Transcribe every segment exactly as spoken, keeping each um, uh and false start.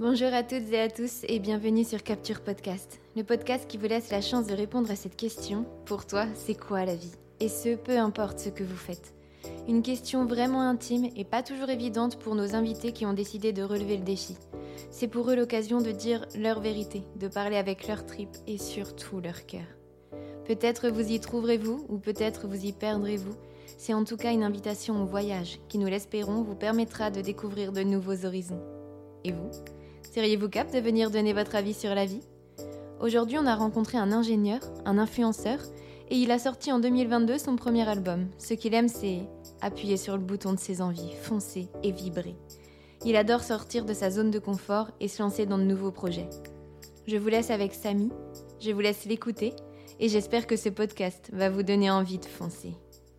Bonjour à toutes et à tous et bienvenue sur Capture Podcast, le podcast qui vous laisse la chance de répondre à cette question. Pour toi, c'est quoi la vie? Et ce, peu importe ce que vous faites. Une question vraiment intime et pas toujours évidente pour nos invités qui ont décidé de relever le défi. C'est pour eux l'occasion de dire leur vérité, de parler avec leur tripes et surtout leur cœur. Peut-être vous y trouverez-vous ou peut-être vous y perdrez-vous. C'est en tout cas une invitation au voyage qui, nous l'espérons, vous permettra de découvrir de nouveaux horizons. Et vous ? Seriez-vous capable de venir donner votre avis sur la vie ? Aujourd'hui, on a rencontré un ingénieur, un influenceur, et il a sorti en deux mille vingt-deux son premier album. Ce qu'il aime, c'est appuyer sur le bouton de ses envies, foncer et vibrer. Il adore sortir de sa zone de confort et se lancer dans de nouveaux projets. Je vous laisse avec Samy, je vous laisse l'écouter, et j'espère que ce podcast va vous donner envie de foncer.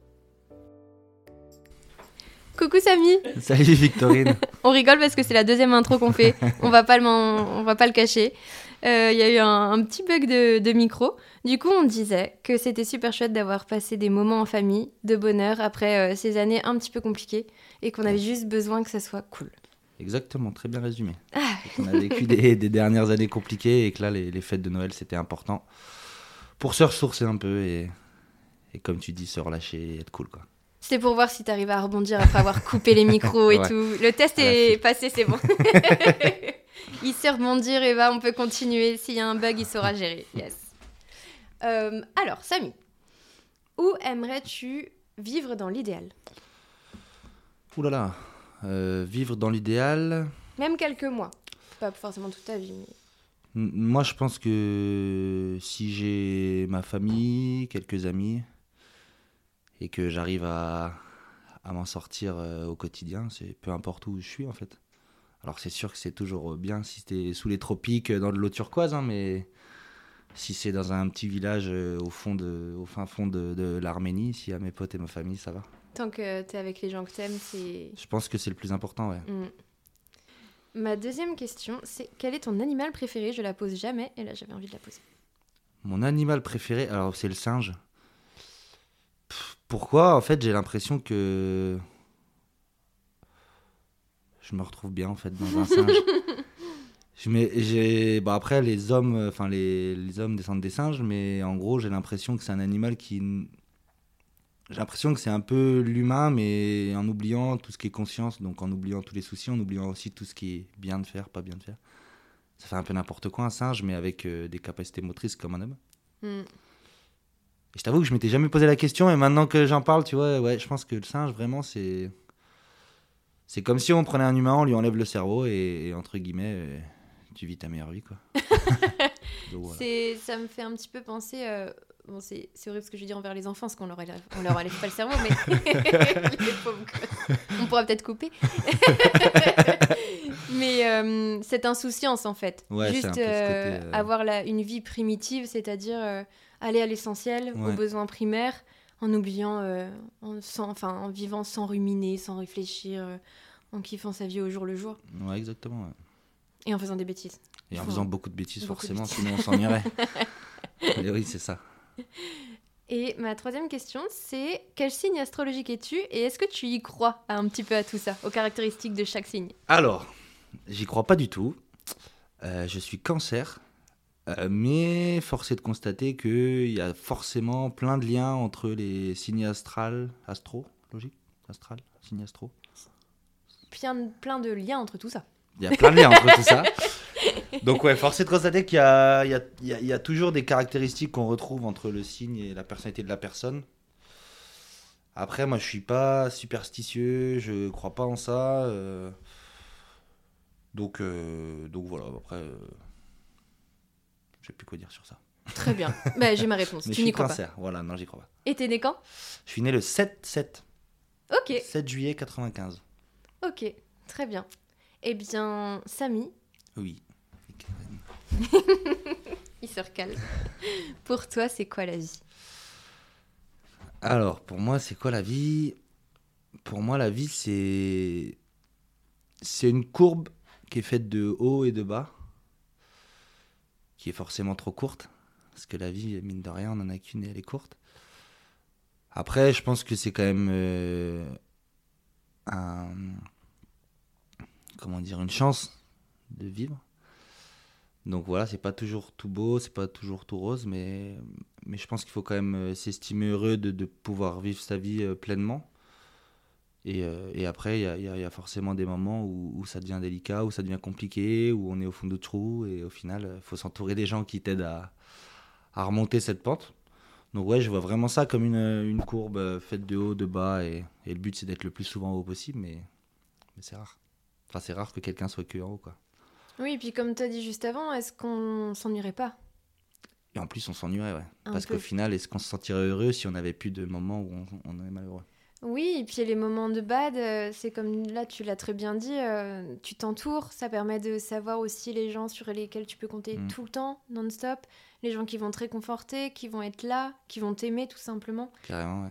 Coucou Samy. Salut Victorine. On rigole parce que c'est la deuxième intro qu'on fait, on va pas le, on va pas le cacher. Il euh, y a eu un, un petit bug de, de micro. Du coup, on disait que c'était super chouette d'avoir passé des moments en famille, de bonheur, après euh, ces années un petit peu compliquées, et qu'on avait juste besoin que ça soit cool. Exactement, très bien résumé. Ah. On a vécu des, des dernières années compliquées et que là, les, les fêtes de Noël, c'était important pour se ressourcer un peu et, et comme tu dis, se relâcher et être cool, quoi. C'était pour voir si t'arrivais à rebondir après avoir coupé les micros et ouais. tout. Le test est passé, c'est bon. Il sait rebondir et va, on peut continuer. S'il y a un bug, il saura gérer. Yes. Euh, alors, Samy, où aimerais-tu vivre dans l'idéal ? Ouh là là, euh, vivre dans l'idéal... Même quelques mois, pas forcément toute ta vie. Mais... Moi, je pense que si j'ai ma famille, quelques amis... et que j'arrive à, à m'en sortir euh, au quotidien, c'est peu importe où je suis en fait. Alors c'est sûr que c'est toujours bien si t'es sous les tropiques, dans de l'eau turquoise, hein, mais si c'est dans un petit village euh, au, fond de, au fin fond de, de l'Arménie, s'il y a mes potes et ma famille, ça va. Tant que t'es avec les gens que t'aimes, c'est... Je pense que c'est le plus important, ouais. Mm. Ma deuxième question, c'est quel est ton animal préféré ? Je la pose jamais, et là j'avais envie de la poser. Mon animal préféré, alors c'est le singe. Pourquoi ? En fait, j'ai l'impression que je me retrouve bien en fait dans un singe. je mets, j'ai, bah après les hommes, enfin les, les hommes descendent des singes, mais en gros j'ai l'impression que c'est un animal qui, j'ai l'impression que c'est un peu l'humain, mais en oubliant tout ce qui est conscience, donc en oubliant tous les soucis, en oubliant aussi tout ce qui est bien de faire, pas bien de faire. Ça fait un peu n'importe quoi un singe, mais avec euh, des capacités motrices comme un homme. Mm. Et je t'avoue que je m'étais jamais posé la question et maintenant que j'en parle, tu vois, ouais, je pense que le singe, vraiment, c'est... C'est comme si on prenait un humain, on lui enlève le cerveau et, et entre guillemets, euh, tu vis ta meilleure vie, quoi. Donc, voilà. c'est, ça me fait un petit peu penser... Euh... Bon, c'est, c'est horrible ce que je dis envers les enfants, parce qu'on leur enlève, on leur enlève pas le cerveau, mais... les pauvres gosses. On pourra peut-être couper. mais euh, cette insouciance, en fait. Ouais, juste c'est un peu ce euh, côté, euh... avoir la, une vie primitive, c'est-à-dire... Euh, aller à l'essentiel, ouais. aux besoins primaires, en oubliant, euh, en, sans, enfin, en vivant sans ruminer, sans réfléchir, euh, en kiffant sa vie au jour le jour. Ouais, exactement. Ouais. Et en faisant des bêtises. Et en faisant beaucoup de bêtises, beaucoup forcément, de bêtises. Sinon on s'ennuierait. Et oui, c'est ça. Et ma troisième question, c'est quel signe astrologique es-tu et est-ce que tu y crois un petit peu à tout ça, aux caractéristiques de chaque signe ? Alors, j'y crois pas du tout. Euh, je suis Cancer. Euh, mais force est de constater qu'il y a forcément plein de liens entre les signes astrales, astro, logique, astral, signes astro. Plein de, plein de liens entre tout ça. Il y a plein de liens entre tout ça. Donc ouais, force est de constater qu'il y a, il y a, il y a, il y a toujours des caractéristiques qu'on retrouve entre le signe et la personnalité de la personne. Après, moi je suis pas superstitieux, je crois pas en ça. Euh... Donc, euh... donc voilà, après... Euh... Je sais plus quoi dire sur ça. Très bien. Bah, j'ai ma réponse. Mais tu n'y crois cancer. pas. Voilà, non, j'y crois pas. Et t'es né quand ? Je suis né le sept sept. Ok. sept juillet quatre-vingt-quinze. Ok, très bien. Eh bien, Samy. Oui. Il se recale. Pour toi, c'est quoi la vie ? Alors, pour moi, c'est quoi la vie ? Pour moi, la vie, c'est... C'est une courbe qui est faite de haut et de bas. Qui est forcément trop courte, parce que la vie, mine de rien, on n'en a qu'une et elle est courte. Après, je pense que c'est quand même euh, un, comment dire, une chance de vivre. Donc voilà, c'est pas toujours tout beau, c'est pas toujours tout rose, mais, mais je pense qu'il faut quand même euh, s'estimer heureux de, de pouvoir vivre sa vie euh, pleinement. Et, euh, et après, il y a, y a- y a forcément des moments où, où ça devient délicat, où ça devient compliqué, où on est au fond du trou, et au final, il faut s'entourer des gens qui t'aident à, à remonter cette pente. Donc ouais, je vois vraiment ça comme une, une courbe euh, faite de haut, de bas, et, et le but c'est d'être le plus souvent haut possible, mais, mais c'est rare. Enfin, c'est rare que quelqu'un soit que en haut, quoi. Oui, et puis comme tu as dit juste avant, est-ce qu'on s'ennuierait pas Et en plus, on s'ennuierait, ouais. un Parce peu? qu'au final, est-ce qu'on se sentirait heureux si on n'avait plus de moments où on, on est malheureux? Oui, et puis les moments de bad, euh, c'est comme là, tu l'as très bien dit, euh, tu t'entoures, ça permet de savoir aussi les gens sur lesquels tu peux compter Mm. tout le temps, non-stop, les gens qui vont te réconforter, qui vont être là, qui vont t'aimer tout simplement. Carrément, ouais.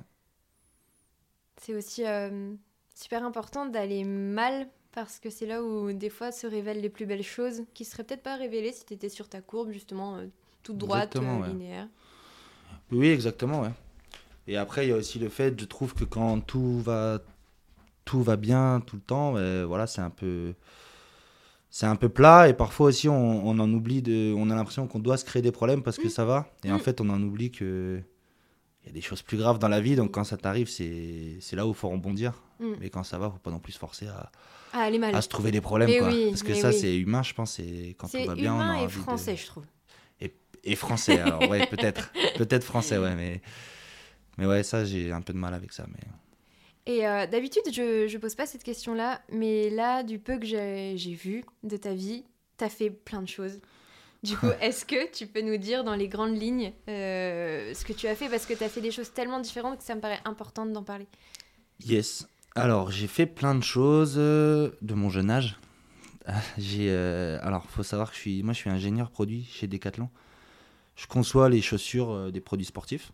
C'est aussi euh, super important d'aller mal parce que c'est là où des fois se révèlent les plus belles choses qui seraient peut-être pas révélées si tu étais sur ta courbe justement euh, toute droite, Exactement, euh, ouais. linéaire. Oui, exactement, ouais. Et après, il y a aussi le fait, je trouve que quand tout va, tout va bien tout le temps, euh, voilà, c'est un peu, c'est un peu plat. Et parfois aussi, on, on en oublie de, on a l'impression qu'on doit se créer des problèmes parce que Mm. ça va. Et en Mm. fait, on en oublie que il y a des choses plus graves dans la vie. Donc quand ça t'arrive, c'est, c'est là où il faut rebondir. Mm. Mais quand ça va, faut pas non plus se forcer à, Ah, elle est mal. à se trouver des problèmes, Mais quoi. oui, Parce que mais ça, oui. c'est humain, je pense. Et quand tout C'est va bien, on a humain et envie de. français, je trouve. Et, et français, alors ouais, peut-être, peut-être français, ouais, mais, mais ouais, ça, j'ai un peu de mal avec ça, mais. Et euh, d'habitude, je, je pose pas cette question-là, mais là, du peu que j'ai, j'ai vu de ta vie, t'as fait plein de choses. Du coup, est-ce que tu peux nous dire dans les grandes lignes euh, ce que tu as fait? Parce que tu as fait des choses tellement différentes que ça me paraît important d'en parler. Yes. Alors, j'ai fait plein de choses euh, de mon jeune âge. Ah, J'ai, euh, alors, faut savoir que je suis, moi, je suis ingénieur produit chez Decathlon. Je conçois les chaussures euh, des produits sportifs.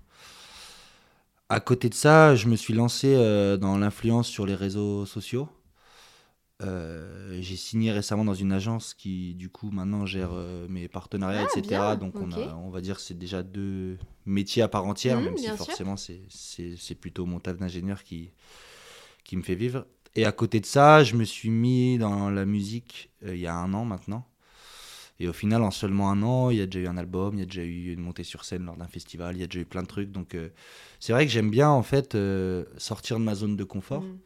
À côté de ça, je me suis lancé euh, dans l'influence sur les réseaux sociaux. Euh, j'ai signé récemment dans une agence qui, du coup, maintenant gère euh, mes partenariats, Ah, et cetera. bien, Donc, on ok. a, on va dire, que c'est déjà deux métiers à part entière, Mhm, même si bien sûr. forcément, c'est, c'est, c'est plutôt mon taf d'ingénieur qui, qui me fait vivre. Et à côté de ça, je me suis mis dans la musique euh, il y a un an maintenant. Et au final, en seulement un an, il y a déjà eu un album, il y a déjà eu une montée sur scène lors d'un festival, il y a déjà eu plein de trucs. Donc, euh, c'est vrai que j'aime bien, en fait, euh, sortir de ma zone de confort Mhm.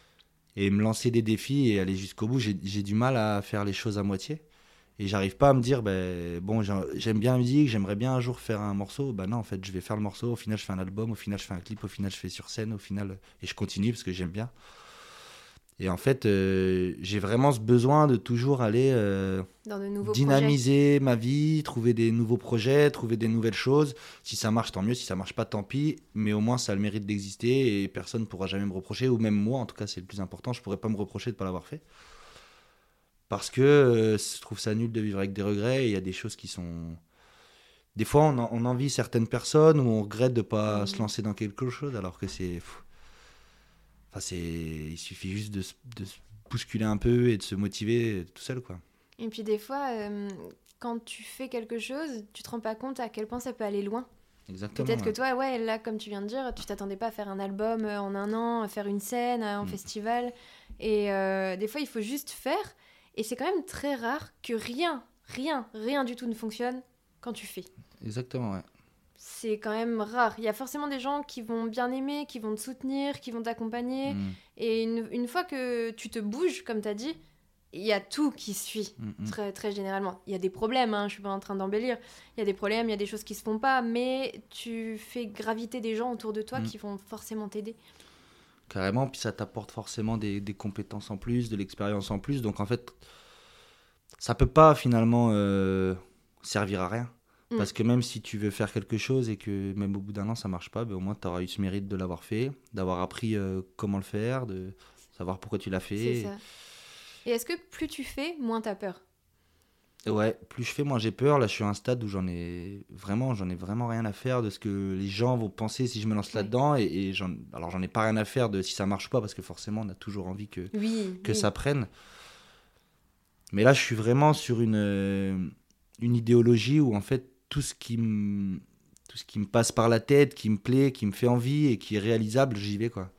et me lancer des défis et aller jusqu'au bout. J'ai, j'ai du mal à faire les choses à moitié. Et j'arrive pas à me dire, ben, bon, j'ai- j'aime bien la musique, j'aimerais bien un jour faire un morceau. Ben non, en fait, je vais faire le morceau. Au final, je fais un album. Au final, je fais un clip. Au final, je fais sur scène. Au final, et je continue parce que j'aime bien. Et en fait, euh, j'ai vraiment ce besoin de toujours aller euh, Dans de nouveaux projets. dynamiser ma vie, trouver des nouveaux projets, trouver des nouvelles choses. Si ça marche, tant mieux. Si ça marche pas, tant pis. Mais au moins, ça a le mérite d'exister et personne ne pourra jamais me reprocher. Ou même moi, en tout cas, c'est le plus important. Je pourrais pas me reprocher de pas l'avoir fait. Parce que euh, je trouve ça nul de vivre avec des regrets. Et il y a des choses qui sont... Des fois, on, en- on envie certaines personnes ou on regrette de pas Mhm. se lancer dans quelque chose alors que c'est... pff, Enfin, c'est... Il suffit juste de, se- de se bousculer un peu et de se motiver tout seul, quoi. Et puis des fois, euh, quand tu fais quelque chose, tu te rends pas compte à quel point ça peut aller loin. Exactement. Peut-être que Ouais. toi, ouais, là, comme tu viens de dire, tu t'attendais pas à faire un album euh, en un an, à faire une scène, à un Mm. festival. Et euh, des fois, il faut juste faire. Et c'est quand même très rare que rien, rien, rien du tout ne fonctionne quand tu fais. Exactement, ouais. C'est quand même rare. Il y a forcément des gens qui vont bien aimer, qui vont te soutenir, qui vont t'accompagner. Mm, Et une, une fois que tu te bouges, comme tu as dit, il y a tout qui suit. mm, mm. Très, très généralement. Il y a des problèmes, hein, je suis pas en train d'embellir. Il y a des problèmes, il y a des choses qui se font pas, mais tu fais graviter des gens autour de toi Mm. qui vont forcément t'aider. Carrément, puis ça t'apporte forcément des, des compétences en plus, de l'expérience en plus. Donc en fait, ça peut pas finalement euh, servir à rien. Mm. Parce que même si tu veux faire quelque chose et que même au bout d'un an ça marche pas, ben au moins tu auras eu ce mérite de l'avoir fait, d'avoir appris euh, comment le faire, de savoir pourquoi tu l'as C'est fait. ça. Et est-ce que plus tu fais, moins t'as peur? Et ouais, plus je fais, moins j'ai peur. Là, je suis à un stade où j'en ai vraiment, j'en ai vraiment rien à faire de ce que les gens vont penser si je me lance Ouais. là-dedans. Et, et j'en, alors j'en ai pas rien à faire de si ça marche ou pas, parce que forcément on a toujours envie que, Oui. que oui. ça prenne. Mais là, je suis vraiment sur une, euh, une idéologie où en fait tout ce qui me tout ce qui me passe par la tête, qui me plaît, qui me fait envie et qui est réalisable, j'y vais, quoi.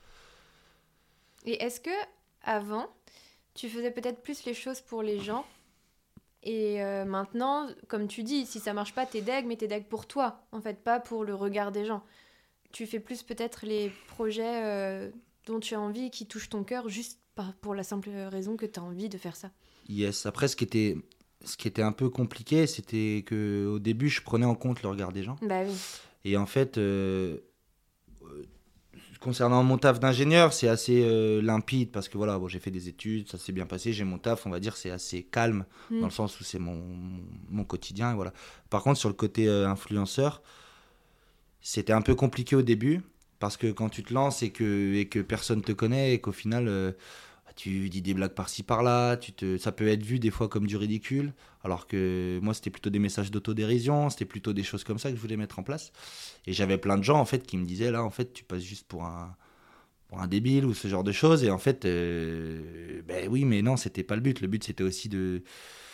Et est-ce que avant, tu faisais peut-être plus les choses pour les gens Et euh, maintenant, comme tu dis, si ça marche pas, t'es deg, mais t'es deg pour toi, en fait, pas pour le regard des gens. Tu fais plus peut-être les projets euh, dont tu as envie, qui touchent ton cœur, juste par, pour la simple raison que t'as envie de faire ça. Yes. Après, ce qui était, ce qui était un peu compliqué, c'était qu'au début, je prenais en compte le regard des gens. Bah oui. Et en fait, euh, euh, concernant mon taf d'ingénieur, c'est assez euh, limpide parce que voilà, bon, j'ai fait des études, ça s'est bien passé, j'ai mon taf, on va dire, c'est assez calme Mm. dans le sens où c'est mon, mon, mon quotidien. Et voilà. Par contre, sur le côté euh, influenceur, c'était un peu compliqué au début parce que quand tu te lances et que, et que personne te connaît et qu'au final, euh, tu dis des blagues par-ci par-là, tu te, ça peut être vu des fois comme du ridicule, alors que moi c'était plutôt des messages d'autodérision, c'était plutôt des choses comme ça que je voulais mettre en place. Et j'avais plein de gens en fait qui me disaient là en fait tu passes juste pour un, pour un débile ou ce genre de choses. Et en fait, euh, ben oui mais non, c'était pas le but. Le but c'était aussi de...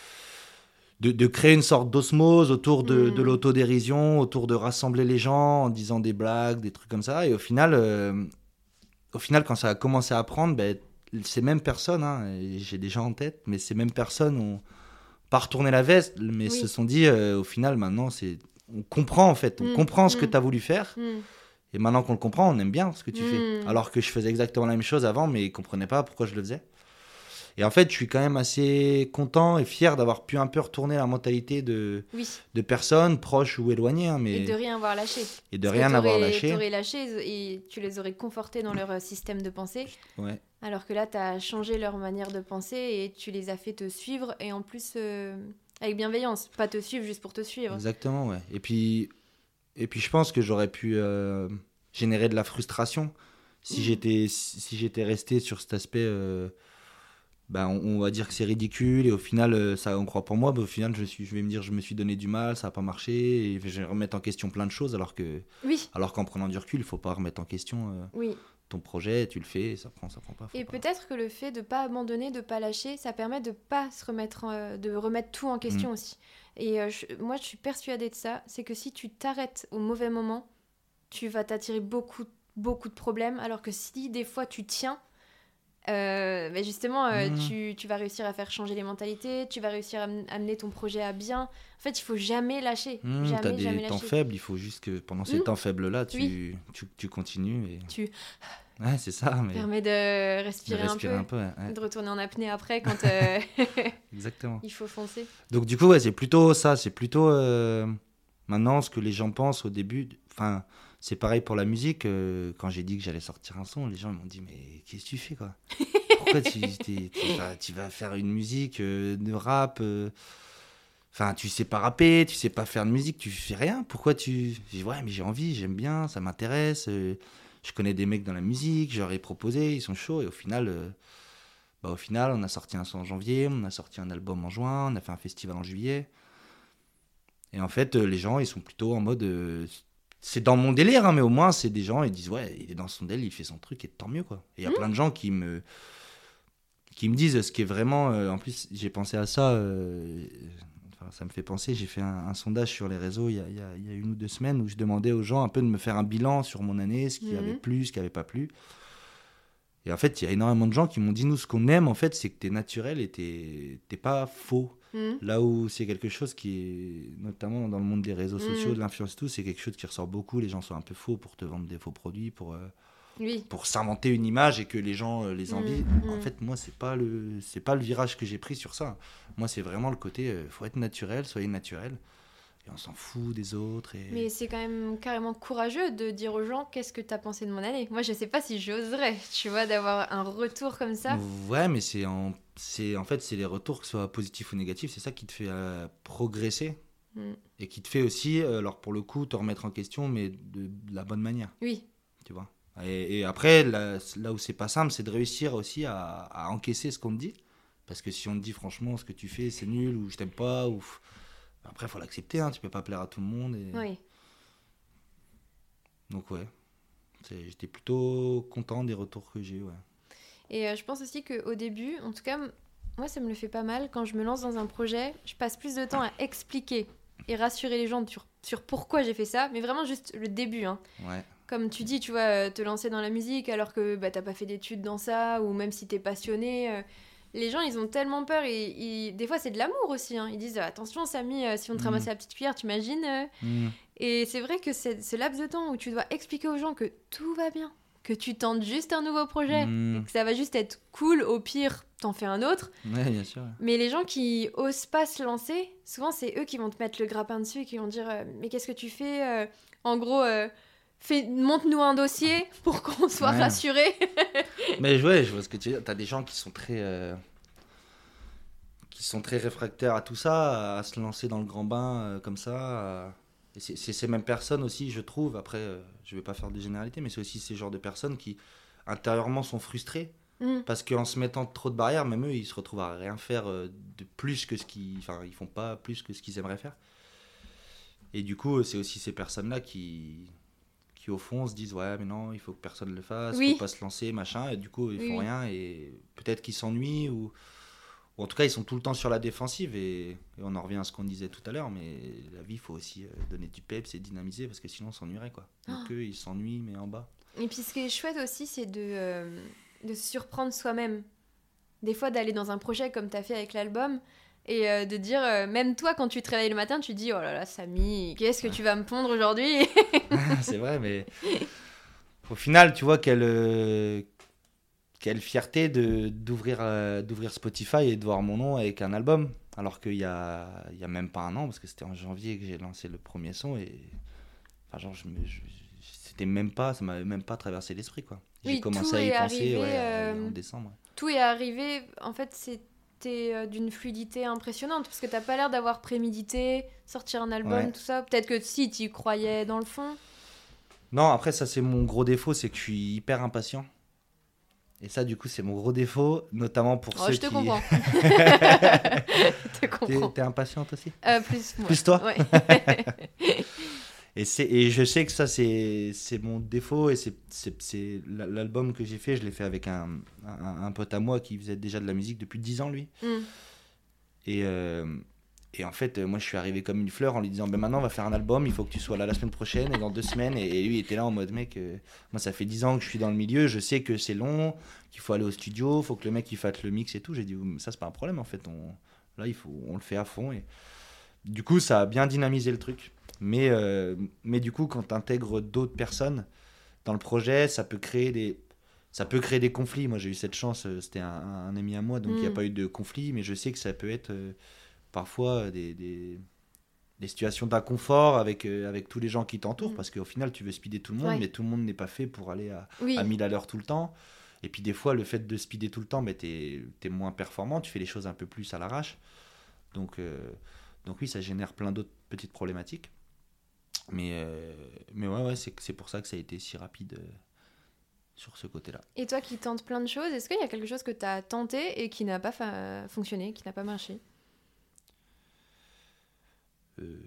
De, de créer une sorte d'osmose autour de, Mmh. de l'autodérision, autour de rassembler les gens en disant des blagues, des trucs comme ça. Et au final, euh, au final quand ça a commencé à prendre, ben, ces mêmes personnes, hein, et j'ai des gens en tête, mais ces mêmes personnes ont pas retourné la veste, mais Oui. se sont dit, euh, au final, maintenant, c'est, on comprend en fait, on Mm, comprend ce que mm. tu as voulu faire, Mm. et maintenant qu'on le comprend, on aime bien ce que tu Mm. fais. Alors que je faisais exactement la même chose avant, mais ils comprenaient pas pourquoi je le faisais. Et en fait, je suis quand même assez content et fier d'avoir pu un peu retourner la mentalité de, Oui. de personnes proches ou éloignées, hein, mais Et de rien avoir lâché. et de Parce que rien avoir t'aurais- lâché. T'aurais lâché et tu les aurais confortés dans leur euh, système de pensée. Ouais. Alors que là, tu as changé leur manière de penser et tu les as fait te suivre et en plus euh, avec bienveillance. Pas te suivre juste pour te suivre. Exactement, ouais. Et puis, et puis je pense que j'aurais pu euh, générer de la frustration si Mmh. j'étais si, si j'étais resté sur cet aspect. Euh, ben, on, on va dire que c'est ridicule et au final, euh, ça on croit pour moi, mais au final, je, suis, je vais me dire je me suis donné du mal, ça n'a pas marché et je vais remettre en question plein de choses alors que Oui, alors qu'en prenant du recul, il faut pas remettre en question euh, oui. ton projet, tu le fais, ça prend, ça prend pas. Faut Et pas. peut-être que le fait de pas abandonner, de pas lâcher, ça permet de pas se remettre, en- de remettre tout en question Mm. aussi. Et euh, je- moi, je suis persuadée de ça. C'est que si tu t'arrêtes au mauvais moment, tu vas t'attirer beaucoup, beaucoup de problèmes. Alors que si des fois tu tiens, euh, ben justement, euh, Mm. tu, tu vas réussir à faire changer les mentalités, tu vas réussir à am- amener ton projet à bien. En fait, il faut jamais lâcher. Mmh, jamais, t'as des jamais temps lâcher. faibles, il faut juste que pendant ces Mm. temps faibles-là, tu, Oui. tu, tu continues. Et... Tu Ouais, c'est ça, mais permets de de respirer, respirer un un peu, peu. ouais, ouais, de retourner en apnée après quand euh, exactement. il faut foncer. Donc du coup, ouais, c'est plutôt ça, c'est plutôt euh, maintenant ce que les gens pensent au début. Enfin, c'est pareil pour la musique. euh, quand j'ai dit que j'allais sortir un son, les gens ils m'ont dit mais qu'est-ce que tu fais quoi? Pourquoi tu, t'es- tu vas, tu vas faire une musique euh, de rap euh, Enfin, tu sais pas rapper, tu sais pas faire de musique, tu fais rien. Pourquoi tu... Je dis, ouais, mais j'ai envie, j'aime bien, ça m'intéresse. euh, je connais des mecs dans la musique, je leur ai proposé, ils sont chauds. Et au final, euh, bah, au final, on a sorti un son en janvier, on a sorti un album en juin, on a fait un festival en juillet. Et en fait, euh, les gens, ils sont plutôt en mode... euh, c'est dans mon délire, hein, mais au moins, c'est des gens, ils disent, ouais, il est dans son délire, il fait son truc, et tant mieux, quoi. Et il y a Mmh. plein de gens qui me, qui me disent ce qui est vraiment... euh, en plus, j'ai pensé à ça, euh, enfin, ça me fait penser, j'ai fait un, un sondage sur les réseaux il y, a, il, y a, il y a une ou deux semaines où je demandais aux gens un peu de me faire un bilan sur mon année, ce qui Mhm. avait plu, ce qui avait pas plu. Et en fait, il y a énormément de gens qui m'ont dit, nous, ce qu'on aime, en fait, c'est que t'es naturel et t'es, t'es pas faux. Mhm. Là où c'est quelque chose qui est, notamment dans le monde des réseaux sociaux, Mm. de l'influence et tout, c'est quelque chose qui ressort beaucoup. Les gens sont un peu faux pour te vendre des faux produits, pour, euh, Oui. pour s'inventer une image et que les gens euh, les envient. Mm. En fait, moi, c'est pas le, c'est pas le virage que j'ai pris sur ça. Moi, c'est vraiment le côté, euh, faut être naturel, soyez naturel. Et on s'en fout des autres. Et... Mais c'est quand même carrément courageux de dire aux gens qu'est-ce que t'as pensé de mon année. Moi, je sais pas si j'oserais, tu vois, d'avoir un retour comme ça. Ouais, mais c'est en, c'est, en fait, c'est les retours, que ce soit positifs ou négatifs, c'est ça qui te fait euh, progresser. Mm. Et qui te fait aussi, euh, alors pour le coup, te remettre en question, mais de, de la bonne manière. Oui. Tu vois. Et, et après, là, là où c'est pas simple, c'est de réussir aussi à, à encaisser ce qu'on te dit. Parce que si on te dit franchement, ce que tu fais, c'est nul, ou je t'aime pas, ou... Après, il faut l'accepter, hein, tu peux pas plaire à tout le monde. Et... Oui. Donc ouais, c'est, j'étais plutôt content des retours que j'ai eu, ouais. Et euh, je pense aussi qu'au début, en tout cas, m- moi, ça me le fait pas mal. Quand je me lance dans un projet, je passe plus de temps à expliquer et rassurer les gens sur, sur pourquoi j'ai fait ça. Mais vraiment juste le début, hein. Ouais. Comme tu dis, tu vois, euh, te lancer dans la musique alors que bah, t'as pas fait d'études dans ça, ou même si t'es passionné, euh, les gens, ils ont tellement peur. Et, ils- des fois, c'est de l'amour aussi. Hein. Ils disent, attention, Samy, euh, si on te Mm. ramasse la petite cuillère, t'imagines euh Mm. Et c'est vrai que c'est ce laps de temps où tu dois expliquer aux gens que tout va bien, que tu tentes juste un nouveau projet, Mm. et que ça va juste être cool, au pire, t'en fais un autre. Ouais, bien sûr. Mais les gens qui osent pas se lancer, souvent c'est eux qui vont te mettre le grappin dessus et qui vont dire euh, mais qu'est-ce que tu fais euh, En gros, euh, fais, monte-nous un dossier pour qu'on soit Ouais. rassuré. Mais ouais, je vois ce que tu veux dire. T'as des gens qui sont très, euh, qui sont très réfractaires à tout ça, à se lancer dans le grand bain euh, comme ça. à- Et c'est c'est ces mêmes personnes aussi, je trouve. Après, euh, je vais pas faire de généralité, mais c'est aussi ces genres de personnes qui intérieurement sont frustrées Mm. parce qu'en se mettant trop de barrières, même eux, ils se retrouvent à rien faire euh, de plus que ce qu'ils, enfin, ils font pas plus que ce qu'ils aimeraient faire. Et du coup, c'est aussi ces personnes-là qui, qui au fond se disent ouais, mais non, il faut que personne le fasse, Oui. faut pas se lancer, machin. Et du coup, ils Oui, font oui. rien et peut-être qu'ils s'ennuient ou, ou en tout cas, ils sont tout le temps sur la défensive. Et, et on en revient à ce qu'on disait tout à l'heure, mais la vie, il faut aussi euh, donner du peps et dynamiser parce que sinon, on s'ennuierait quoi. Donc Oh. eux, ils s'ennuient, mais en bas. Et puis ce qui est chouette aussi, c'est de, euh, de se surprendre soi-même. Des fois, d'aller dans un projet comme tu as fait avec l'album et euh, de dire, euh, même toi, quand tu te réveilles le matin, tu te dis oh là là, Samy, qu'est-ce que tu vas me pondre aujourd'hui C'est vrai, mais au final, tu vois, quelle, euh, quelle fierté de, d'ouvrir, euh, d'ouvrir Spotify et de voir mon nom avec un album. Alors qu'il y a, il y a même pas un an, parce que c'était en janvier que j'ai lancé le premier son et. Enfin, genre, je me. je- c'était même pas, ça m'avait même pas traversé l'esprit, quoi. J'ai Oui, commencé tout à y est penser arrivé, ouais, euh, en décembre. Tout est arrivé, en fait, c'était euh, d'une fluidité impressionnante parce que t'as pas l'air d'avoir prémédité, sortir un album, Ouais. tout ça. Peut-être que si, tu y croyais dans le fond. Non, après, ça, c'est mon gros défaut, c'est que je suis hyper impatient. Et ça, du coup, c'est mon gros défaut, notamment pour Oh, ceux je te qui. comprends. Je te T'es, comprends. t'es impatiente aussi? Euh, plus moi. Plus toi? Ouais. Et, c'est, et je sais que ça, c'est, c'est mon défaut. Et c'est, c'est, c'est l'album que j'ai fait, je l'ai fait avec un, un, un pote à moi qui faisait déjà de la musique depuis dix ans, lui. Mm. Et, euh, et en fait, moi, je suis arrivé comme une fleur en lui disant ben maintenant, on va faire un album, il faut que tu sois là la semaine prochaine et dans deux semaines. Et, et lui, il était là en mode mec, euh, moi, ça fait dix ans que je suis dans le milieu, je sais que c'est long, qu'il faut aller au studio, il faut que le mec il fasse le mix et tout. J'ai dit ça, c'est pas un problème en fait. On, là, il faut, on le fait à fond. Et du coup, ça a bien dynamisé le truc. Mais, euh, mais du coup, quand tu intègres d'autres personnes dans le projet, ça peut créer des, ça peut créer des conflits. Moi, j'ai eu cette chance, euh, c'était un, un ami à moi, donc il n'y a Mm. pas eu de conflit, mais je sais que ça peut être euh, parfois des, des, des situations d'inconfort avec, euh, avec tous les gens qui t'entourent, Mm. parce qu'au final, tu veux speeder tout le monde, Ouais. mais tout le monde n'est pas fait pour aller à, Oui. à mille à l'heure tout le temps. Et puis des fois, le fait de speeder tout le temps, bah, tu es moins performant, tu fais les choses un peu plus à l'arrache. Donc, euh, donc oui, ça génère plein d'autres petites problématiques. Mais, euh, mais ouais, ouais c'est, c'est pour ça que ça a été si rapide euh, sur ce côté-là. Et toi qui tentes plein de choses, est-ce qu'il y a quelque chose que tu as tenté et qui n'a pas fa- fonctionné, qui n'a pas marché? Euh,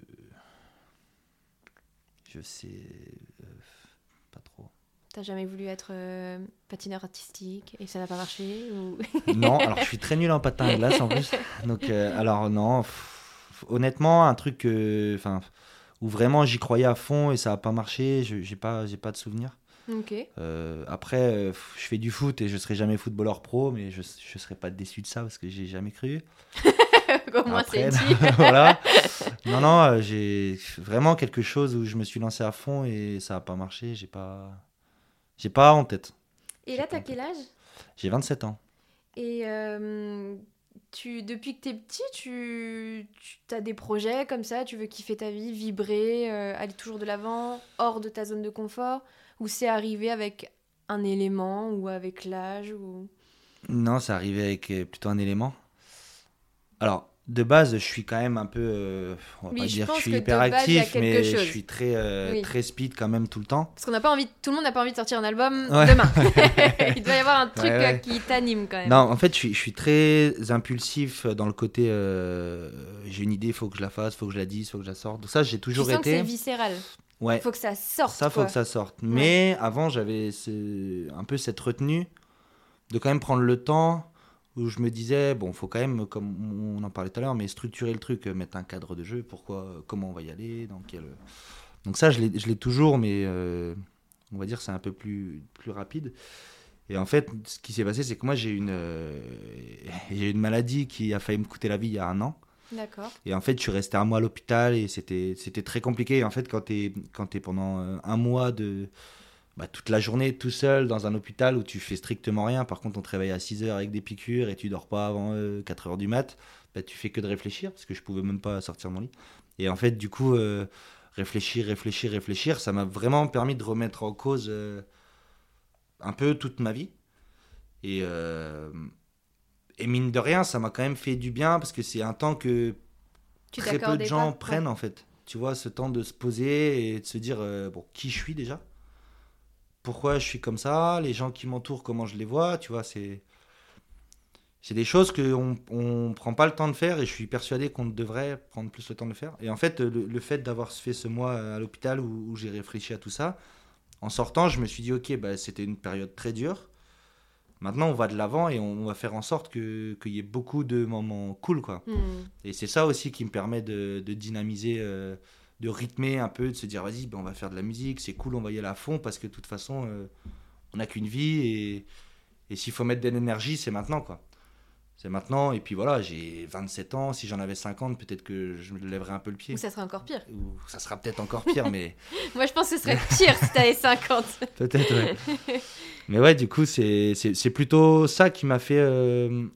je sais euh, pas trop. T'as jamais voulu être euh, patineur artistique et ça n'a pas marché ou... Non, alors je suis très nul en patin à glace en plus. Donc, euh, alors non, pff, honnêtement, un truc euh, enfin, où vraiment j'y croyais à fond et ça n'a pas marché, je j'ai pas, j'ai pas de souvenir. Ok. Euh, après, euh, je fais du foot et je serai jamais footballeur pro, mais je ne serai pas déçu de ça parce que j'ai jamais cru. Au moins Après, c'est dit. voilà. Non, non, euh, j'ai vraiment quelque chose où je me suis lancé à fond et ça n'a pas marché. J'ai pas, j'ai pas en tête. Et J'ai là, pas t'as en quel tête. âge? J'ai vingt-sept ans. Et euh, tu, depuis que t'es petit, tu, tu as des projets comme ça, tu veux kiffer ta vie, vibrer, euh, aller toujours de l'avant, hors de ta zone de confort, ou c'est arrivé avec un élément ou avec l'âge ou... Non, c'est arrivé avec euh, plutôt un élément. Alors, de base, je suis quand même un peu. Euh, on va Oui, pas je dire que pense je suis que de hyper base, il y a actif, quelque mais chose. je suis très, euh, Oui. très speed quand même tout le temps. Parce qu'on n'a pas envie, tout le monde n'a pas envie de sortir un album Ouais. demain. Il doit y avoir un truc Ouais, ouais. euh, qui t'anime quand même. Non, en fait, je suis, je suis très impulsif dans le côté. Euh, j'ai une idée, il faut que je la fasse, il faut que je la dise, il faut que je la sorte. Donc, ça, j'ai Tu toujours sens que été. c'est viscéral. Ouais. Il faut que ça sorte. Ça, faut quoi. que ça sorte. Mais avant, j'avais ce- un peu cette retenue de quand même prendre le temps où je me disais, bon, faut quand même, comme on en parlait tout à l'heure, mais structurer le truc, euh, mettre un cadre de jeu, pourquoi, euh, comment on va y aller, dans quel... Donc ça, je l'ai, je l'ai toujours, mais euh, on va dire c'est un peu plus, plus rapide. Et en fait, ce qui s'est passé, c'est que moi, j'ai une, euh, j'ai une maladie qui a failli me coûter la vie il y a un an. D'accord. Et en fait, je suis resté un mois à l'hôpital et c'était, c'était très compliqué. Et en fait, quand tu es quand t'es pendant euh, un mois, de, bah, toute la journée tout seul dans un hôpital où tu fais strictement rien, par contre, on te réveille à six heures avec des piqûres et tu dors pas avant euh, quatre heures du mat, bah, tu fais que de réfléchir parce que je pouvais même pas sortir de mon lit. Et en fait, du coup, euh, réfléchir, réfléchir, réfléchir, ça m'a vraiment permis de remettre en cause euh, un peu toute ma vie. Et, euh, et mine de rien, ça m'a quand même fait du bien parce que c'est un temps que Tu très peu de t'accordais gens pas prennent Ouais. en fait. Tu vois, ce temps de se poser et de se dire euh, bon, qui je suis déjà, pourquoi je suis comme ça, les gens qui m'entourent, comment je les vois, tu vois, c'est, c'est des choses qu'on on prend pas le temps de faire et je suis persuadé qu'on devrait prendre plus le temps de le faire. Et en fait, le, le fait d'avoir fait ce mois à l'hôpital où, où j'ai réfléchi à tout ça, en sortant, je me suis dit ok, bah, c'était une période très dure. Maintenant, on va de l'avant et on va faire en sorte que, qu'il y ait beaucoup de moments cool, quoi. Hmm. Et c'est ça aussi qui me permet de, de dynamiser, euh, de rythmer un peu, de se dire vas-y, ben, on va faire de la musique, c'est cool, on va y aller à fond parce que de toute façon, euh, on n'a qu'une vie et, et s'il faut mettre de l'énergie, c'est maintenant, quoi. C'est maintenant, et puis voilà, j'ai vingt-sept ans, si j'en avais cinquante, peut-être que je me lèverais un peu le pied. Ou ça serait encore pire. Ou ça sera peut-être encore pire, mais Moi, je pense que ce serait pire si t'avais cinquante. peut-être, ouais. Mais ouais, du coup, c'est, c'est, c'est plutôt ça qui m'a fait. euh,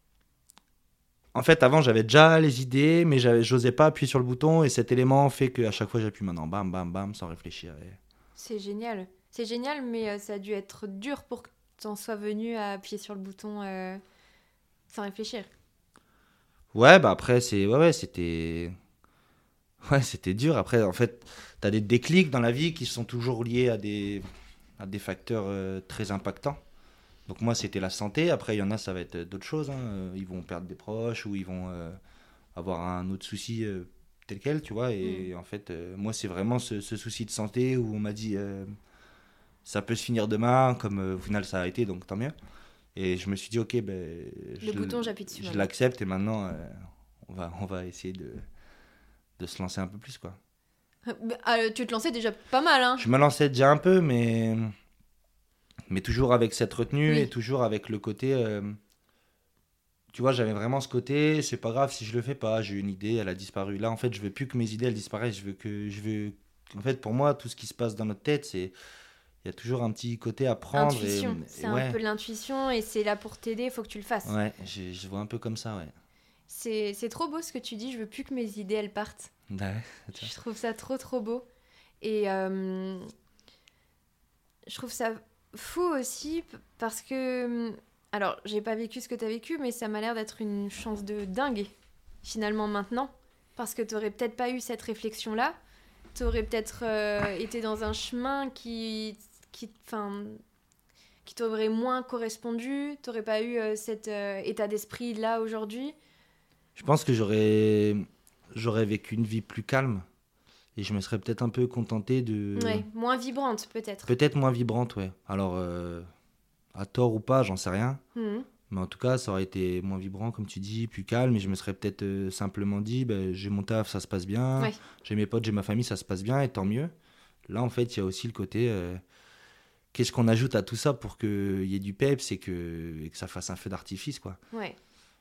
En fait, avant, j'avais déjà les idées, mais j'avais, j'osais pas appuyer sur le bouton, et cet élément fait qu'à chaque fois, j'appuie maintenant, bam, bam, bam, sans réfléchir. et- C'est génial. C'est génial, mais euh, ça a dû être dur pour que t'en sois venu à appuyer sur le bouton euh, sans réfléchir. Ouais, bah après, c'est, ouais, ouais, c'était, ouais, c'était dur. Après, en fait, t'as des déclics dans la vie qui sont toujours liés à des, à des facteurs euh, très impactants. Donc moi, c'était la santé. Après, il y en a, ça va être d'autres choses, hein. Euh, Ils vont perdre des proches ou ils vont euh, avoir un autre souci euh, tel quel, tu vois. Et Mm. en fait, euh, moi, c'est vraiment ce, ce souci de santé où on m'a dit euh, ça peut se finir demain, comme euh, au final ça a été, donc tant mieux. Et je me suis dit, ok, ben, Le je, bouton, j'appuie dessus je maintenant. l'accepte et maintenant, euh, on, va, on va essayer de, de se lancer un peu plus, quoi. Ah, tu te lançais déjà pas mal, hein. Je me lançais déjà un peu, mais, mais toujours avec cette retenue et Oui. toujours avec le côté. euh, tu vois, j'avais vraiment ce côté, c'est pas grave si je le fais pas, j'ai une idée, elle a disparu. Là, en fait, je veux plus que mes idées elles disparaissent, je veux que je veux en fait pour moi tout ce qui se passe dans notre tête, c'est il y a toujours un petit côté à prendre et, Intuition. et C'est un ouais. peu l'intuition et c'est là pour t'aider, il faut que tu le fasses. Ouais, je, je vois un peu comme ça, ouais. C'est, c'est trop beau ce que tu dis, je veux plus que mes idées, elles partent. Ouais, c'est ça. Je trouve ça trop, trop beau. Et euh, je trouve ça fou aussi p- parce que... Alors, j'ai pas vécu ce que t'as vécu, mais ça m'a l'air d'être une chance de dingue, finalement, maintenant. Parce que t'aurais peut-être pas eu cette réflexion-là. T'aurais peut-être euh, été dans un chemin qui... qui enfin, qui t'aurait moins correspondu. T'aurais pas eu euh, cet euh, état d'esprit-là aujourd'hui. Je pense que j'aurais j'aurais vécu une vie plus calme et je me serais peut-être un peu contenté de Ouais, moins vibrante, peut-être. peut-être moins vibrante, ouais. Alors euh, à tort ou pas, j'en sais rien. Mhm. Mais en tout cas, ça aurait été moins vibrant, comme tu dis, plus calme. Et je me serais peut-être euh, simplement dit, ben, j'ai mon taf, ça se passe bien. Ouais. J'ai mes potes, j'ai ma famille, ça se passe bien, et tant mieux. Là, en fait, il y a aussi le côté, euh, qu'est-ce qu'on ajoute à tout ça pour qu'il y ait du peps et que, et que ça fasse un feu d'artifice, quoi. Ouais.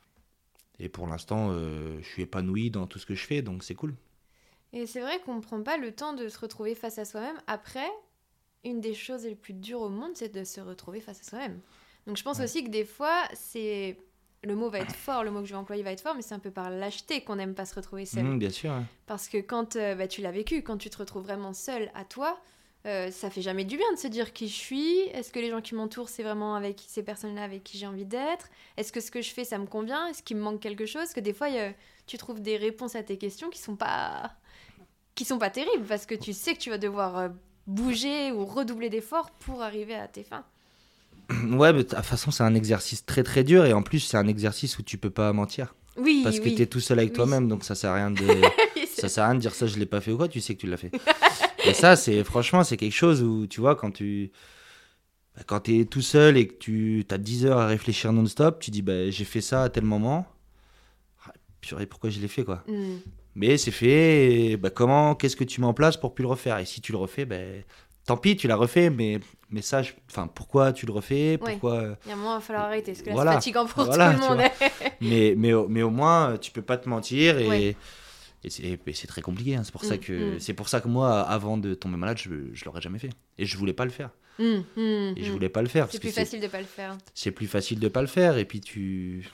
Et pour l'instant, euh, je suis épanoui dans tout ce que je fais, donc c'est cool. Et c'est vrai qu'on ne prend pas le temps de se retrouver face à soi-même. Après, une des choses les plus dures au monde, c'est de se retrouver face à soi-même. Donc je pense Ouais. aussi que des fois, c'est... Le mot va être fort, le mot que je vais employer va être fort, mais c'est un peu par lâcheté qu'on n'aime pas se retrouver seul. Mmh, bien sûr, hein. Parce que quand euh, bah, tu l'as vécu, quand tu te retrouves vraiment seul à toi, euh, ça fait jamais du bien de se dire qui je suis. Est-ce que les gens qui m'entourent, c'est vraiment avec ces personnes-là avec qui j'ai envie d'être? Est-ce que ce que je fais, ça me convient? Est-ce qu'il me manque quelque chose? Parce que des fois, y a- tu trouves des réponses à tes questions qui sont pas qui sont pas terribles parce que tu sais que tu vas devoir euh, bouger ou redoubler d'efforts pour arriver à tes fins. Ouais, mais de toute façon, c'est un exercice très très dur et en plus, c'est un exercice où tu peux pas mentir. Oui, Parce que oui. t'es tout seul avec Oui. toi-même, donc ça sert à rien de. Oui, c'est- Ça sert à rien de dire ça, je l'ai pas fait ou quoi, tu sais que tu l'as fait. Et ça, c'est franchement, c'est quelque chose où, tu vois, quand tu bah, quand t'es tout seul et que tu as dix heures à réfléchir non-stop, tu dis, bah, j'ai fait ça à tel moment. Ah, purée, pourquoi je l'ai fait, quoi. Mm. Mais c'est fait, et, bah, comment, qu'est-ce que tu mets en place pour plus le refaire? Et si tu le refais, bah, tant pis, tu l'as refait, mais, mais ça, je- enfin, pourquoi tu le refais, Ouais. pourquoi... euh, Il y a un moment, il va falloir arrêter, parce que là, Voilà. c'est fatigant pour Voilà, tout le tu monde. mais, mais, au- mais au moins, euh, tu peux pas te mentir et, Ouais. et, c'est, et c'est très compliqué. Hein. C'est, pour ça Mm, que, mm. c'est pour ça que moi, avant de tomber malade, je, je l'aurais jamais fait. Et je voulais pas le faire. Hum, hum, Et je hum. voulais pas le faire. C'est parce que plus facile de pas le faire. C'est plus facile de pas le faire. Et puis tu...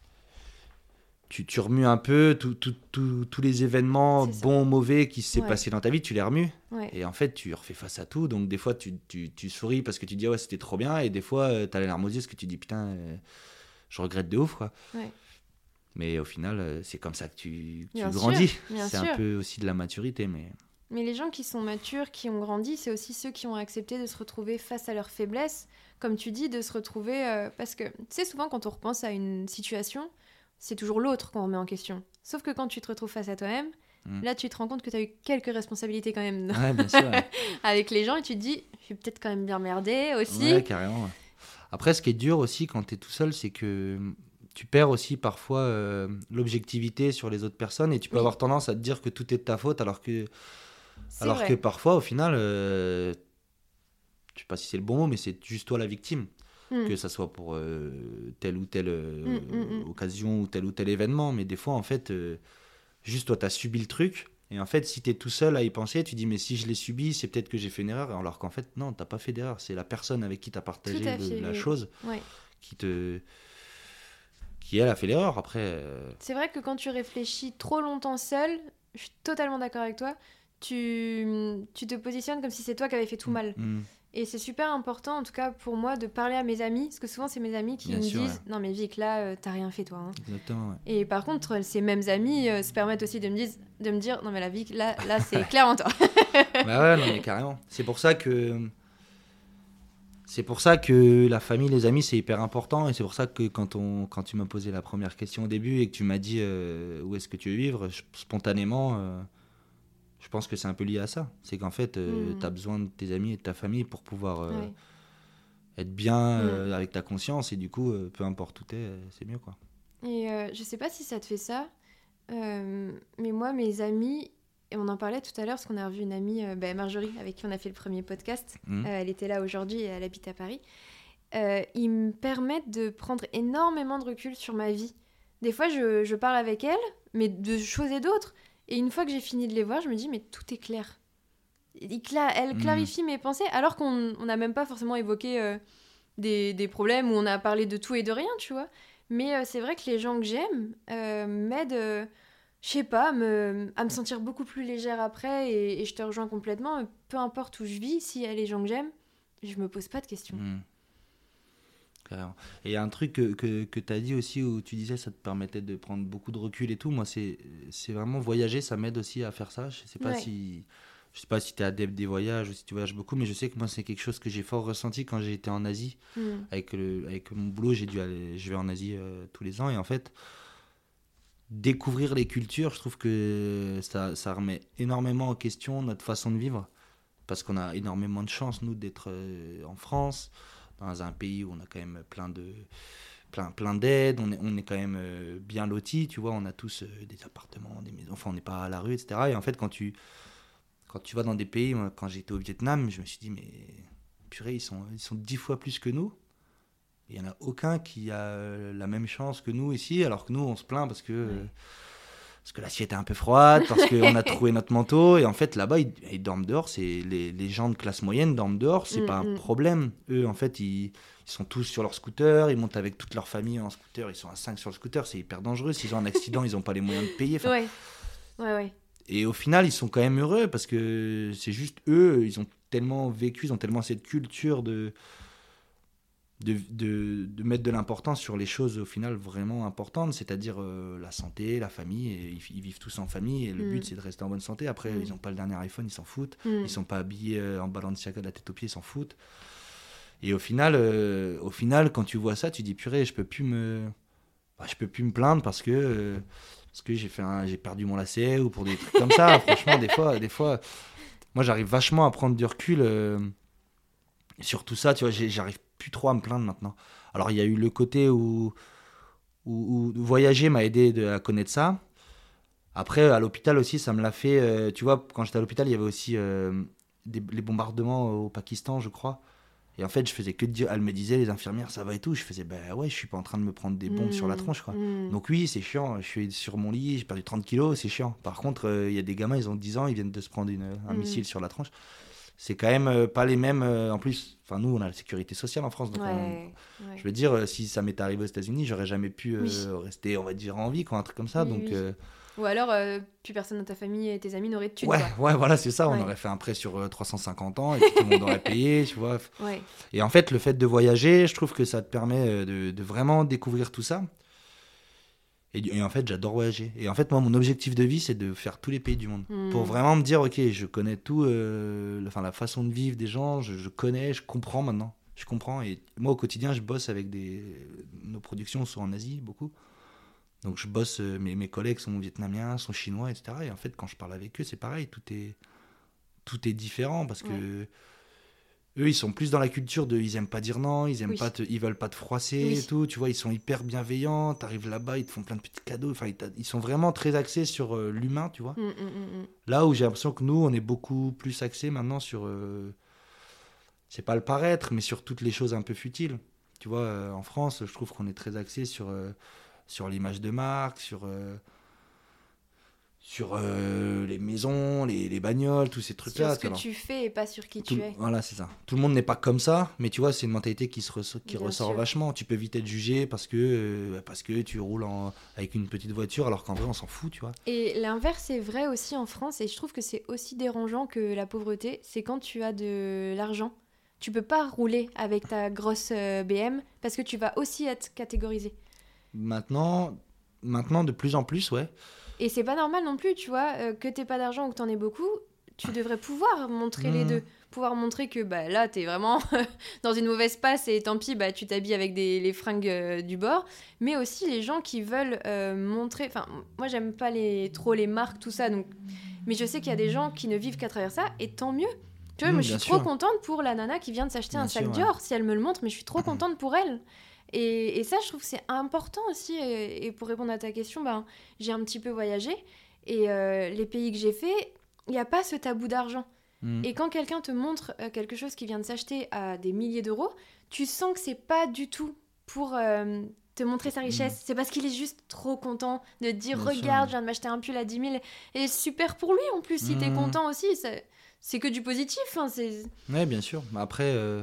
Tu, tu remues un peu tout- tout- tout- tous les événements C'est ça. bons, mauvais qui s'est Ouais. passé dans ta vie, tu les remues. Ouais. Et en fait, tu refais face à tout. Donc, des fois, tu, tu, tu souris parce que tu dis, ah ouais, c'était trop bien. Et des fois, tu as les larmes aux yeux parce que tu dis, putain, euh, je regrette de ouf, quoi. Ouais. Mais au final, euh, c'est comme ça que tu, tu Bien sûr, grandis. bien C'est sûr. un peu aussi de la maturité. Mais Mais les gens qui sont matures, qui ont grandi, c'est aussi ceux qui ont accepté de se retrouver face à leurs faiblesses. Comme tu dis, de se retrouver... euh, parce que, tu sais, souvent, quand on repense à une situation, c'est toujours l'autre qu'on remet en question. Sauf que quand tu te retrouves face à toi-même, Mm. là, tu te rends compte que tu as eu quelques responsabilités quand même ouais, bien sûr. Ouais, avec les gens et tu te dis, je suis peut-être quand même bien merdé aussi. Ouais, carrément. ouais. Après, ce qui est dur aussi quand tu es tout seul, c'est que tu perds aussi parfois euh, l'objectivité sur les autres personnes et tu peux Oui. avoir tendance à te dire que tout est de ta faute alors que, C'est alors vrai. que parfois, au final, euh, je sais pas si c'est le bon mot, mais c'est juste toi la victime. Mm. Que ça soit pour euh, telle ou telle euh, Mm, mm, mm. occasion ou tel ou tel événement. Mais des fois, en fait, euh, juste toi, tu as subi le truc. Et en fait, si tu es tout seul à y penser, tu dis, mais si je l'ai subi, c'est peut-être que j'ai fait une erreur. Alors qu'en fait, non, t'as pas fait d'erreur. C'est la personne avec qui tu as partagé Tout à le- fait, la oui. chose Ouais. qui te qui elle a fait l'erreur. Après, euh, C'est vrai que quand tu réfléchis trop longtemps seul, je suis totalement d'accord avec toi, tu, tu te positionnes comme si c'est toi qui avais fait tout mal. mm, Et c'est super important, en tout cas pour moi, de parler à mes amis, parce que souvent c'est mes amis qui Bien me sûr, disent non mais Vic, là euh, t'as rien fait toi. hein. exactement. ouais. Et par contre, ces mêmes amis euh, se permettent aussi de me, dire, de me dire non mais la Vic, là, là c'est clairement toi. Bah ouais, non, mais carrément. C'est pour ça que c'est pour ça que la famille, les amis, c'est hyper important. Et c'est pour ça que quand on quand tu m'as posé la première question au début et que tu m'as dit euh, où est-ce que tu veux vivre, je- spontanément, euh, je pense que c'est un peu lié à ça. C'est qu'en fait, euh, Mm. tu as besoin de tes amis et de ta famille pour pouvoir euh, Ouais. être bien euh, avec ta conscience. Et du coup, euh, peu importe où t'es, euh, c'est mieux, quoi. Et euh, je sais pas si ça te fait ça, euh, mais moi, mes amis, et on en parlait tout à l'heure, parce qu'on a revu une amie, euh, bah, Marjorie, avec qui on a fait le premier podcast. Mm. Euh, elle était là aujourd'hui et elle habite à Paris. Euh, ils me permettent de prendre énormément de recul sur ma vie. Des fois, je, je parle avec elle, mais de choses et d'autres. Et une fois que j'ai fini de les voir, je me dis, mais tout est clair. Il cla- elle Mm. clarifie mes pensées, alors qu'on n'a même pas forcément évoqué euh, des, des problèmes où on a parlé de tout et de rien, tu vois. Mais euh, c'est vrai que les gens que j'aime euh, m'aident, euh, je sais pas, à me, à me sentir beaucoup plus légère après. Et, et je te rejoins complètement. Peu importe où je vis, s'il y a les gens que j'aime, je me pose pas de questions. Mm. Carrément. Et il y a un truc que, que, que tu as dit aussi où tu disais ça te permettait de prendre beaucoup de recul et tout. Moi, c'est, c'est vraiment voyager, ça m'aide aussi à faire ça. Je sais pas Ouais. si je sais pas si tu es adepte des voyages ou si tu voyages beaucoup, mais je sais que moi, c'est quelque chose que j'ai fort ressenti quand j'ai été en Asie. Mm. Avec, le, avec mon boulot, j'ai dû aller, je vais en Asie euh, tous les ans. Et en fait, découvrir les cultures, je trouve que ça, ça remet énormément en question notre façon de vivre. Parce qu'on a énormément de chance, nous, d'être euh, en France, dans un pays où on a quand même plein de plein, plein d'aides, on est, on est quand même euh, bien lotis, tu vois, on a tous euh, des appartements, des maisons, enfin on n'est pas à la rue, et cetera. Et en fait, quand tu, quand tu vas dans des pays, moi, quand j'étais au Vietnam, je me suis dit, mais purée, ils sont, ils sont dix fois plus que nous. Il n'y en a aucun qui a euh, la même chance que nous ici, alors que nous, on se plaint parce que... euh, parce que l'assiette est un peu froide, parce qu'on a trouvé notre manteau, et en fait là-bas ils, ils dorment dehors, c'est les, les gens de classe moyenne dorment dehors, c'est Mm, pas un mm. problème. Eux en fait ils, ils sont tous sur leur scooter, ils montent avec toute leur famille en scooter, ils sont à cinq sur le scooter, c'est hyper dangereux, s'ils ont un accident ils n'ont pas les moyens de payer. Enfin, Ouais, ouais, ouais. et au final ils sont quand même heureux parce que c'est juste eux, ils ont tellement vécu, ils ont tellement cette culture de... De, de, de mettre de l'importance sur les choses au final vraiment importantes, c'est-à-dire euh, la santé, la famille, et ils, ils vivent tous en famille et le Mm. but c'est de rester en bonne santé. Après Mm. ils n'ont pas le dernier iPhone, ils s'en foutent, Mm. ils sont pas habillés euh, en Balenciaga de la tête aux pieds, ils s'en foutent. Et au final, euh, au final quand tu vois ça, tu dis purée, je peux plus me, bah, je peux plus me plaindre parce que euh, parce que j'ai fait un, j'ai perdu mon lacet ou pour des trucs comme ça. Franchement, des fois, des fois, moi j'arrive vachement à prendre du recul euh, sur tout ça. Tu vois, j'ai- j'arrive plus trop à me plaindre maintenant. Alors il y a eu le côté où, où, où voyager m'a aidé de, à connaître ça. Après à l'hôpital aussi ça me l'a fait, euh, tu vois, quand j'étais à l'hôpital il y avait aussi euh, des, les bombardements au Pakistan, je crois. Et en fait, je faisais que de dire, elle me disait, les infirmières, ça va et tout. Je faisais, bah ouais, je suis pas en train de me prendre des bombes mmh. sur la tronche, quoi. Mmh. Donc oui, c'est chiant. Je suis sur mon lit, j'ai perdu trente kilos, c'est chiant. Par contre, il euh, y a des gamins, ils ont dix ans, ils viennent de se prendre une, un mmh. missile sur la tronche. C'est quand même euh, pas les mêmes. Euh, en plus, enfin nous, on a la sécurité sociale en France. Donc ouais, on, ouais. Je veux dire, euh, si ça m'était arrivé aux États-Unis, j'aurais jamais pu euh, oui. rester, on va dire, en vie, quoi, un truc comme ça. Oui, donc. Oui. Euh, Ou alors, euh, plus personne dans ta famille et tes amis n'auraient de thunes. Ouais, quoi. ouais, voilà, c'est ça. Ouais. On aurait fait un prêt sur euh, trois cent cinquante ans et puis tout le monde aurait payé, tu vois. Ouais. Et en fait, le fait de voyager, je trouve que ça te permet de, de vraiment découvrir tout ça. Et, et en fait, j'adore voyager. Et en fait, moi, mon objectif de vie, c'est de faire tous les pays du monde. Mmh. Pour vraiment me dire, ok, je connais tout, euh, enfin, la façon de vivre des gens, je, je connais, je comprends maintenant. Je comprends. Et moi, au quotidien, je bosse avec des... Nos productions sont en Asie, beaucoup. Donc je bosse, euh, mes, mes collègues sont vietnamiens, sont chinois, et cetera. Et en fait, quand je parle avec eux, c'est pareil, tout est, tout est différent parce que ouais. eux, ils sont plus dans la culture de, ils aiment pas dire non, ils aiment oui. pas, te, ils veulent pas te froisser oui. et tout. Tu vois, ils sont hyper bienveillants. T'arrives là-bas, ils te font plein de petits cadeaux. Enfin, ils, ils sont vraiment très axés sur euh, l'humain, tu vois. Mm, mm, mm. Là où j'ai l'impression que nous, on est beaucoup plus axés maintenant sur, euh, c'est pas le paraître, mais sur toutes les choses un peu futiles. Tu vois, euh, en France, je trouve qu'on est très axés sur euh, sur l'image de marque, sur, euh, sur euh, les maisons, les, les bagnoles, tous ces trucs-là. Sur ce que alors, tu fais et pas sur qui tout, tu es. Voilà, c'est ça. Tout le monde n'est pas comme ça, mais tu vois, c'est une mentalité qui, se ressort, qui ressort vachement. Tu peux vite être jugé parce que, euh, parce que tu roules en, avec une petite voiture, alors qu'en vrai, on s'en fout, tu vois. Et l'inverse est vrai aussi en France, et je trouve que c'est aussi dérangeant que la pauvreté, c'est quand tu as de l'argent. Tu peux pas rouler avec ta grosse euh, B M parce que tu vas aussi être catégorisé. Maintenant, maintenant, de plus en plus, ouais. Et c'est pas normal non plus, tu vois, euh, que t'aies pas d'argent ou que t'en aies beaucoup, tu devrais pouvoir montrer mmh. les deux. Pouvoir montrer que bah, là, t'es vraiment dans une mauvaise passe et tant pis, bah, tu t'habilles avec des, les fringues euh, du bord. Mais aussi les gens qui veulent euh, montrer... Enfin, moi, j'aime pas les, trop les marques, tout ça, donc... mais je sais qu'il y a des gens qui ne vivent qu'à travers ça, et tant mieux. Tu vois, mmh, moi, je suis sûr. trop contente pour la nana qui vient de s'acheter bien un sac sûr, Dior, ouais. si elle me le montre, mais je suis trop contente pour elle. Et, et ça, je trouve que c'est important aussi. Et, et pour répondre à ta question, ben, j'ai un petit peu voyagé. Et euh, les pays que j'ai fait, il n'y a pas ce tabou d'argent. Mmh. Et quand quelqu'un te montre euh, quelque chose qui vient de s'acheter à des milliers d'euros, tu sens que c'est pas du tout pour euh, te montrer sa richesse. Mmh. C'est parce qu'il est juste trop content de te dire, bien regarde, sûr. Je viens de m'acheter un pull à dix mille. Et super pour lui, en plus, si mmh. t'es content aussi. Ça, c'est que du positif. Hein, c'est... Ouais, bien sûr. Après... Euh...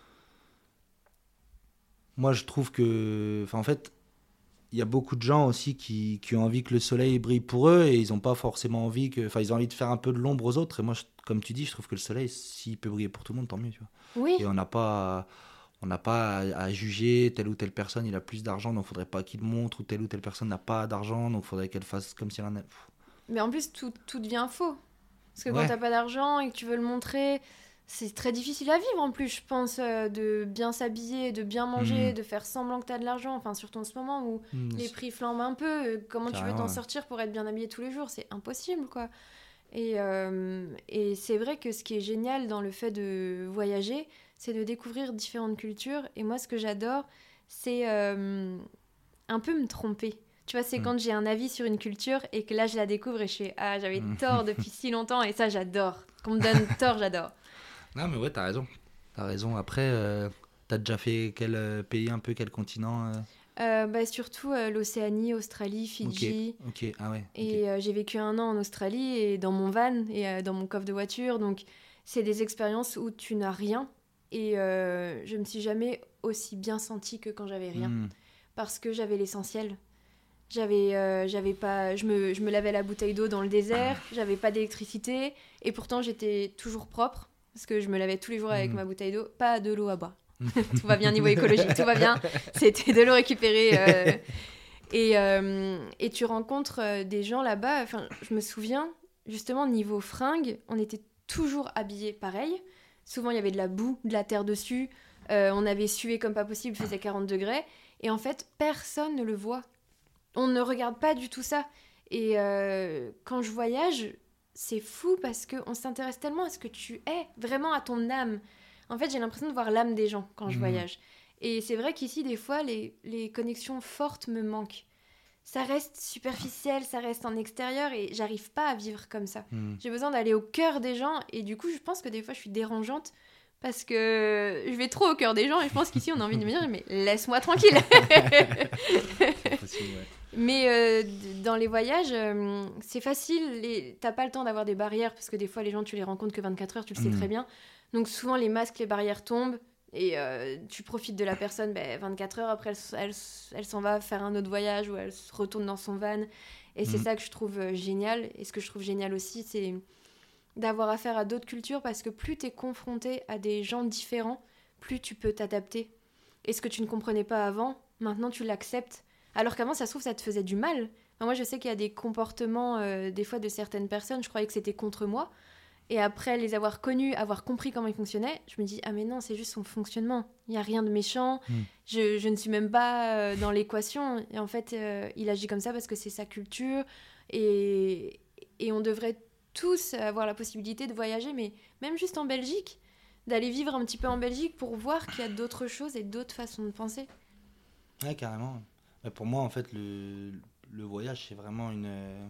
Moi, je trouve que, en fait, il y a beaucoup de gens aussi qui, qui ont envie que le soleil brille pour eux et ils n'ont pas forcément envie que, enfin, ils ont envie de faire un peu de l'ombre aux autres. Et moi, je, comme tu dis, je trouve que le soleil, s'il peut briller pour tout le monde, tant mieux, tu vois. Oui. Et on n'a pas, on n'a pas à, à juger telle ou telle personne. Il a plus d'argent, donc il faudrait pas qu'il montre, ou telle ou telle personne n'a pas d'argent, donc il faudrait qu'elle fasse comme si rien n'avait. Mais en plus, tout, tout devient faux. Parce que ouais. quand t'as pas d'argent et que tu veux le montrer. C'est très difficile à vivre en plus, je pense, euh, de bien s'habiller, de bien manger, mmh. de faire semblant que tu as de l'argent. Enfin, surtout en ce moment où mmh. les prix flambent un peu. Euh, comment Carrément, tu veux t'en ouais. sortir pour être bien habillé tous les jours ? C'est impossible, quoi. Et, euh, et c'est vrai que ce qui est génial dans le fait de voyager, c'est de découvrir différentes cultures. Et moi, ce que j'adore, c'est euh, un peu me tromper. Tu vois, c'est mmh. quand j'ai un avis sur une culture et que là, je la découvre et je fais « Ah, j'avais mmh. tort depuis si longtemps » et ça, j'adore. Qu'on me donne tort, j'adore. Non, mais ouais, t'as raison. T'as raison. Après, euh, t'as déjà fait quel euh, pays, un peu, quel continent euh... Euh, bah, surtout euh, l'Océanie, Australie, Fidji. Ok, okay. Ah ouais. Et okay. euh, j'ai vécu un an en Australie et dans mon van et euh, dans mon coffre de voiture. Donc, c'est des expériences où tu n'as rien. Et euh, je me suis jamais aussi bien sentie que quand j'avais rien. Mm. Parce que j'avais l'essentiel. J'avais, euh, j'avais pas, je me, je me lavais la bouteille d'eau dans le désert. J'avais pas d'électricité. Et pourtant, j'étais toujours propre. Parce que je me lavais tous les jours avec mmh. ma bouteille d'eau. Pas de l'eau à boire. Tout va bien niveau écologique, tout va bien. C'était de l'eau récupérée. Euh... Et, euh, et tu rencontres euh, des gens là-bas. Enfin, je me souviens, justement, niveau fringues, on était toujours habillés pareil. Souvent, il y avait de la boue, de la terre dessus. Euh, on avait sué comme pas possible, il faisait quarante degrés. Et en fait, personne ne le voit. On ne regarde pas du tout ça. Et euh, quand je voyage... c'est fou parce qu'on s'intéresse tellement à ce que tu es, vraiment à ton âme. En fait, j'ai l'impression de voir l'âme des gens quand je mmh. voyage. Et c'est vrai qu'ici, des fois, les, les connexions fortes me manquent. ça reste superficiel, ça reste en extérieur et j'arrive pas à vivre comme ça. Mmh. J'ai besoin d'aller au cœur des gens et du coup, je pense que des fois, je suis dérangeante parce que je vais trop au cœur des gens et je pense qu'ici, on a envie de me dire, mais laisse-moi tranquille. C'est possible, ouais. Mais euh, d- dans les voyages, euh, c'est facile, les... t'as pas le temps d'avoir des barrières parce que des fois, les gens, tu les rencontres que vingt-quatre heures, tu le sais Mmh. très bien. Donc souvent, les masques, les barrières tombent. Et euh, tu profites de la personne ben, vingt-quatre heures, après elle, s- elle, s- elle s'en va faire un autre voyage ou elle se retourne dans son van. Et c'est Mhm. ça que je trouve euh, génial. Et ce que je trouve génial aussi, c'est d'avoir affaire à d'autres cultures parce que plus tu es confronté à des gens différents, plus tu peux t'adapter. Et ce que tu ne comprenais pas avant, maintenant tu l'acceptes. Alors qu'avant, ça se trouve, ça te faisait du mal. Enfin, moi, je sais qu'il y a des comportements, euh, des fois, de certaines personnes, je croyais que c'était contre moi. Et après les avoir connus, avoir compris comment ils fonctionnaient, je me dis ah mais non, c'est juste son fonctionnement. Il n'y a rien de méchant. Mm. Je, je ne suis même pas euh, dans l'équation. Et en fait, euh, il agit comme ça parce que c'est sa culture. Et, et on devrait tous avoir la possibilité de voyager, mais même juste en Belgique, d'aller vivre un petit peu en Belgique pour voir qu'il y a d'autres choses et d'autres façons de penser. Ouais, carrément. Mais pour moi, en fait, le, le voyage, c'est vraiment une, euh,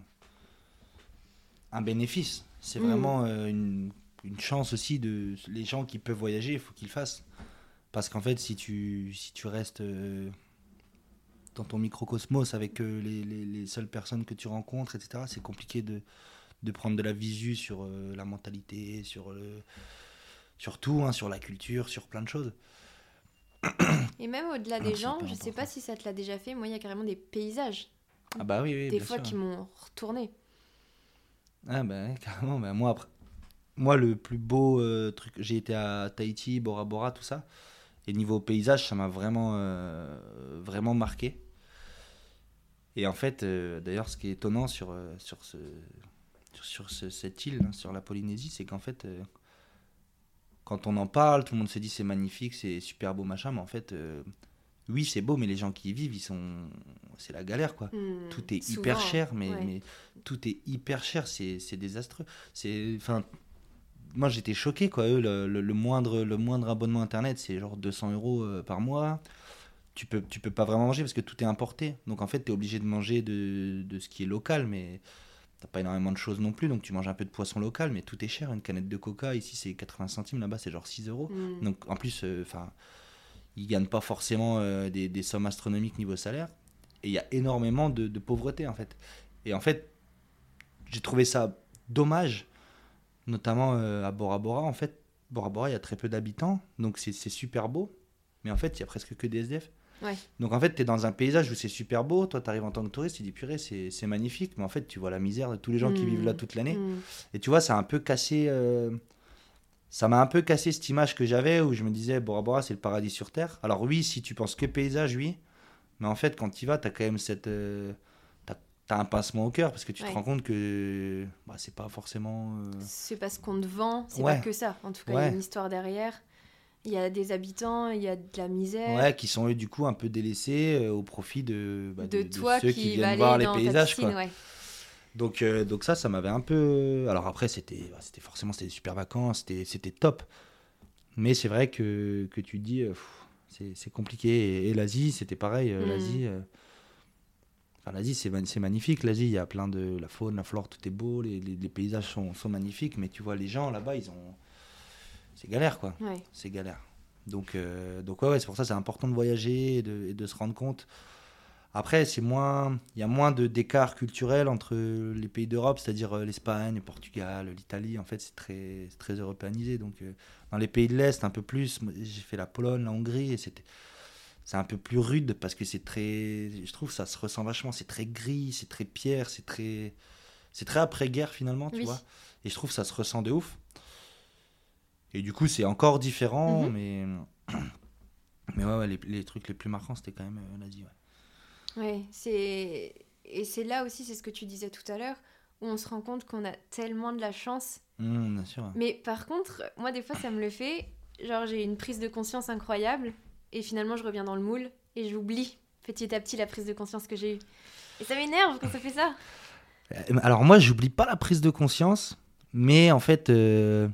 un bénéfice. C'est Mm. vraiment euh, une, une chance aussi de les gens qui peuvent voyager, il faut qu'ils le fassent. Parce qu'en fait, si tu, si tu restes euh, dans ton microcosmos avec euh, les, les, les seules personnes que tu rencontres, et cetera, c'est compliqué de, de prendre de la visu sur euh, la mentalité, sur, le, sur tout, hein, sur la culture, sur plein de choses. Et même au-delà Donc, des c'est gens, hyper je sais pas important. si ça te l'a déjà fait, moi il y a carrément des paysages, Ah bah oui, oui, des bien fois sûr. qui m'ont retourné. Ah bah ouais, carrément. Bah moi, après, moi, le plus beau euh, truc, j'ai été à Tahiti, Bora Bora, tout ça. Et niveau paysage, ça m'a vraiment, euh, vraiment marqué. Et en fait, euh, d'ailleurs, ce qui est étonnant sur, euh, sur, ce, sur, sur ce- cette île, hein, sur la Polynésie, c'est qu'en fait, euh, quand on en parle, tout le monde se dit c'est magnifique, c'est super beau, machin. Mais en fait, euh, oui, c'est beau, mais les gens qui y vivent, ils sont... c'est la galère, quoi. Hmm, Tout est souvent, hyper cher, mais, ouais. mais tout est hyper cher, c'est c'est désastreux. C'est, enfin, moi j'étais choqué, quoi. Eux, le, le- le moindre, le moindre abonnement internet, c'est genre deux cents euros euh, par mois. Tu peux, tu peux pas vraiment manger parce que tout est importé. Donc en fait, tu es obligé de manger de, de ce qui est local, mais t'as pas énormément de choses non plus. Donc tu manges un peu de poisson local, mais tout est cher. Une canette de coca, ici c'est quatre-vingts centimes, là-bas c'est genre six euros. Hmm. Donc en plus, enfin, ils gagnent pas forcément euh, des, des sommes astronomiques niveau salaire. Et il y a énormément de, de pauvreté en fait. Et en fait, j'ai trouvé ça dommage, notamment euh, à Bora Bora. En fait, Bora Bora, il y a très peu d'habitants, donc c'est c'est super beau. Mais en fait, il y a presque que des S D F. Ouais. Donc en fait, tu es dans un paysage où c'est super beau. Toi, tu arrives en tant que touriste, tu dis purée, c'est c'est magnifique. Mais en fait, tu vois la misère de tous les gens qui Hmm. vivent là toute l'année. Hmm. Et tu vois, ça a un peu cassé. euh, Ça m'a un peu cassé cette image que j'avais où je me disais Bora Bora, c'est le paradis sur terre. Alors oui, si tu penses que paysage, oui. Mais en fait, quand tu y vas, tu as quand même cette. euh, t'as, t'as un pincement au cœur parce que tu Ouais. te rends compte que bah, c'est pas forcément. euh, C'est parce qu'on te vend, c'est Ouais. pas que ça. En tout cas, il y Ouais. a une histoire derrière. Il y a des habitants, il y a de la misère. Ouais, qui sont eux du coup un peu délaissés euh, au profit de, bah, de, de, de toi ceux qui, qui va viennent aller voir les dans ta paysages. piscine, Quoi. ouais. Donc, euh, donc ça, ça m'avait un peu. Alors après, c'était, bah, c'était forcément c'était des super vacances, c'était, c'était top. Mais c'est vrai que, que tu te dis, euh, pff, c'est, c'est compliqué. Et, et l'Asie, c'était pareil. euh, Mm. L'Asie, euh, enfin, l'Asie c'est, ma- c'est magnifique. L'Asie, il y a plein de. La faune, la flore, tout est beau. Les, les, les paysages sont, sont magnifiques. Mais tu vois, les gens là-bas, ils ont. C'est galère, quoi. Ouais. C'est galère. Donc, euh, donc ouais, ouais, c'est pour ça que c'est important de voyager et de, et de se rendre compte. Après, c'est moins, il y a moins de, d'écart culturel entre les pays d'Europe, c'est-à-dire euh, l'Espagne, le Portugal, l'Italie. En fait, c'est très, c'est très européanisé. Donc, euh, dans les pays de l'Est, un peu plus. Moi, j'ai fait la Pologne, la Hongrie, et c'était, c'est un peu plus rude parce que c'est très, je trouve, ça se ressent vachement. C'est très gris, c'est très pierre, c'est très, c'est très après-guerre finalement, tu Oui. vois. Et je trouve que ça se ressent de ouf. Et du coup, c'est encore différent, Mhm. mais, mais ouais, ouais, les, les trucs les plus marquants, c'était quand même euh, l'Asie, ouais. Ouais, c'est... Et c'est là aussi, c'est ce que tu disais tout à l'heure, où on se rend compte qu'on a tellement de la chance. Mmh, bien sûr. Mais par contre, moi, des fois, ça me le fait. Genre, j'ai une prise de conscience incroyable, et finalement, je reviens dans le moule, et j'oublie petit à petit la prise de conscience que j'ai eue. Et ça m'énerve quand ça fait ça. Euh, Alors moi, j'oublie pas la prise de conscience, mais en fait, euh,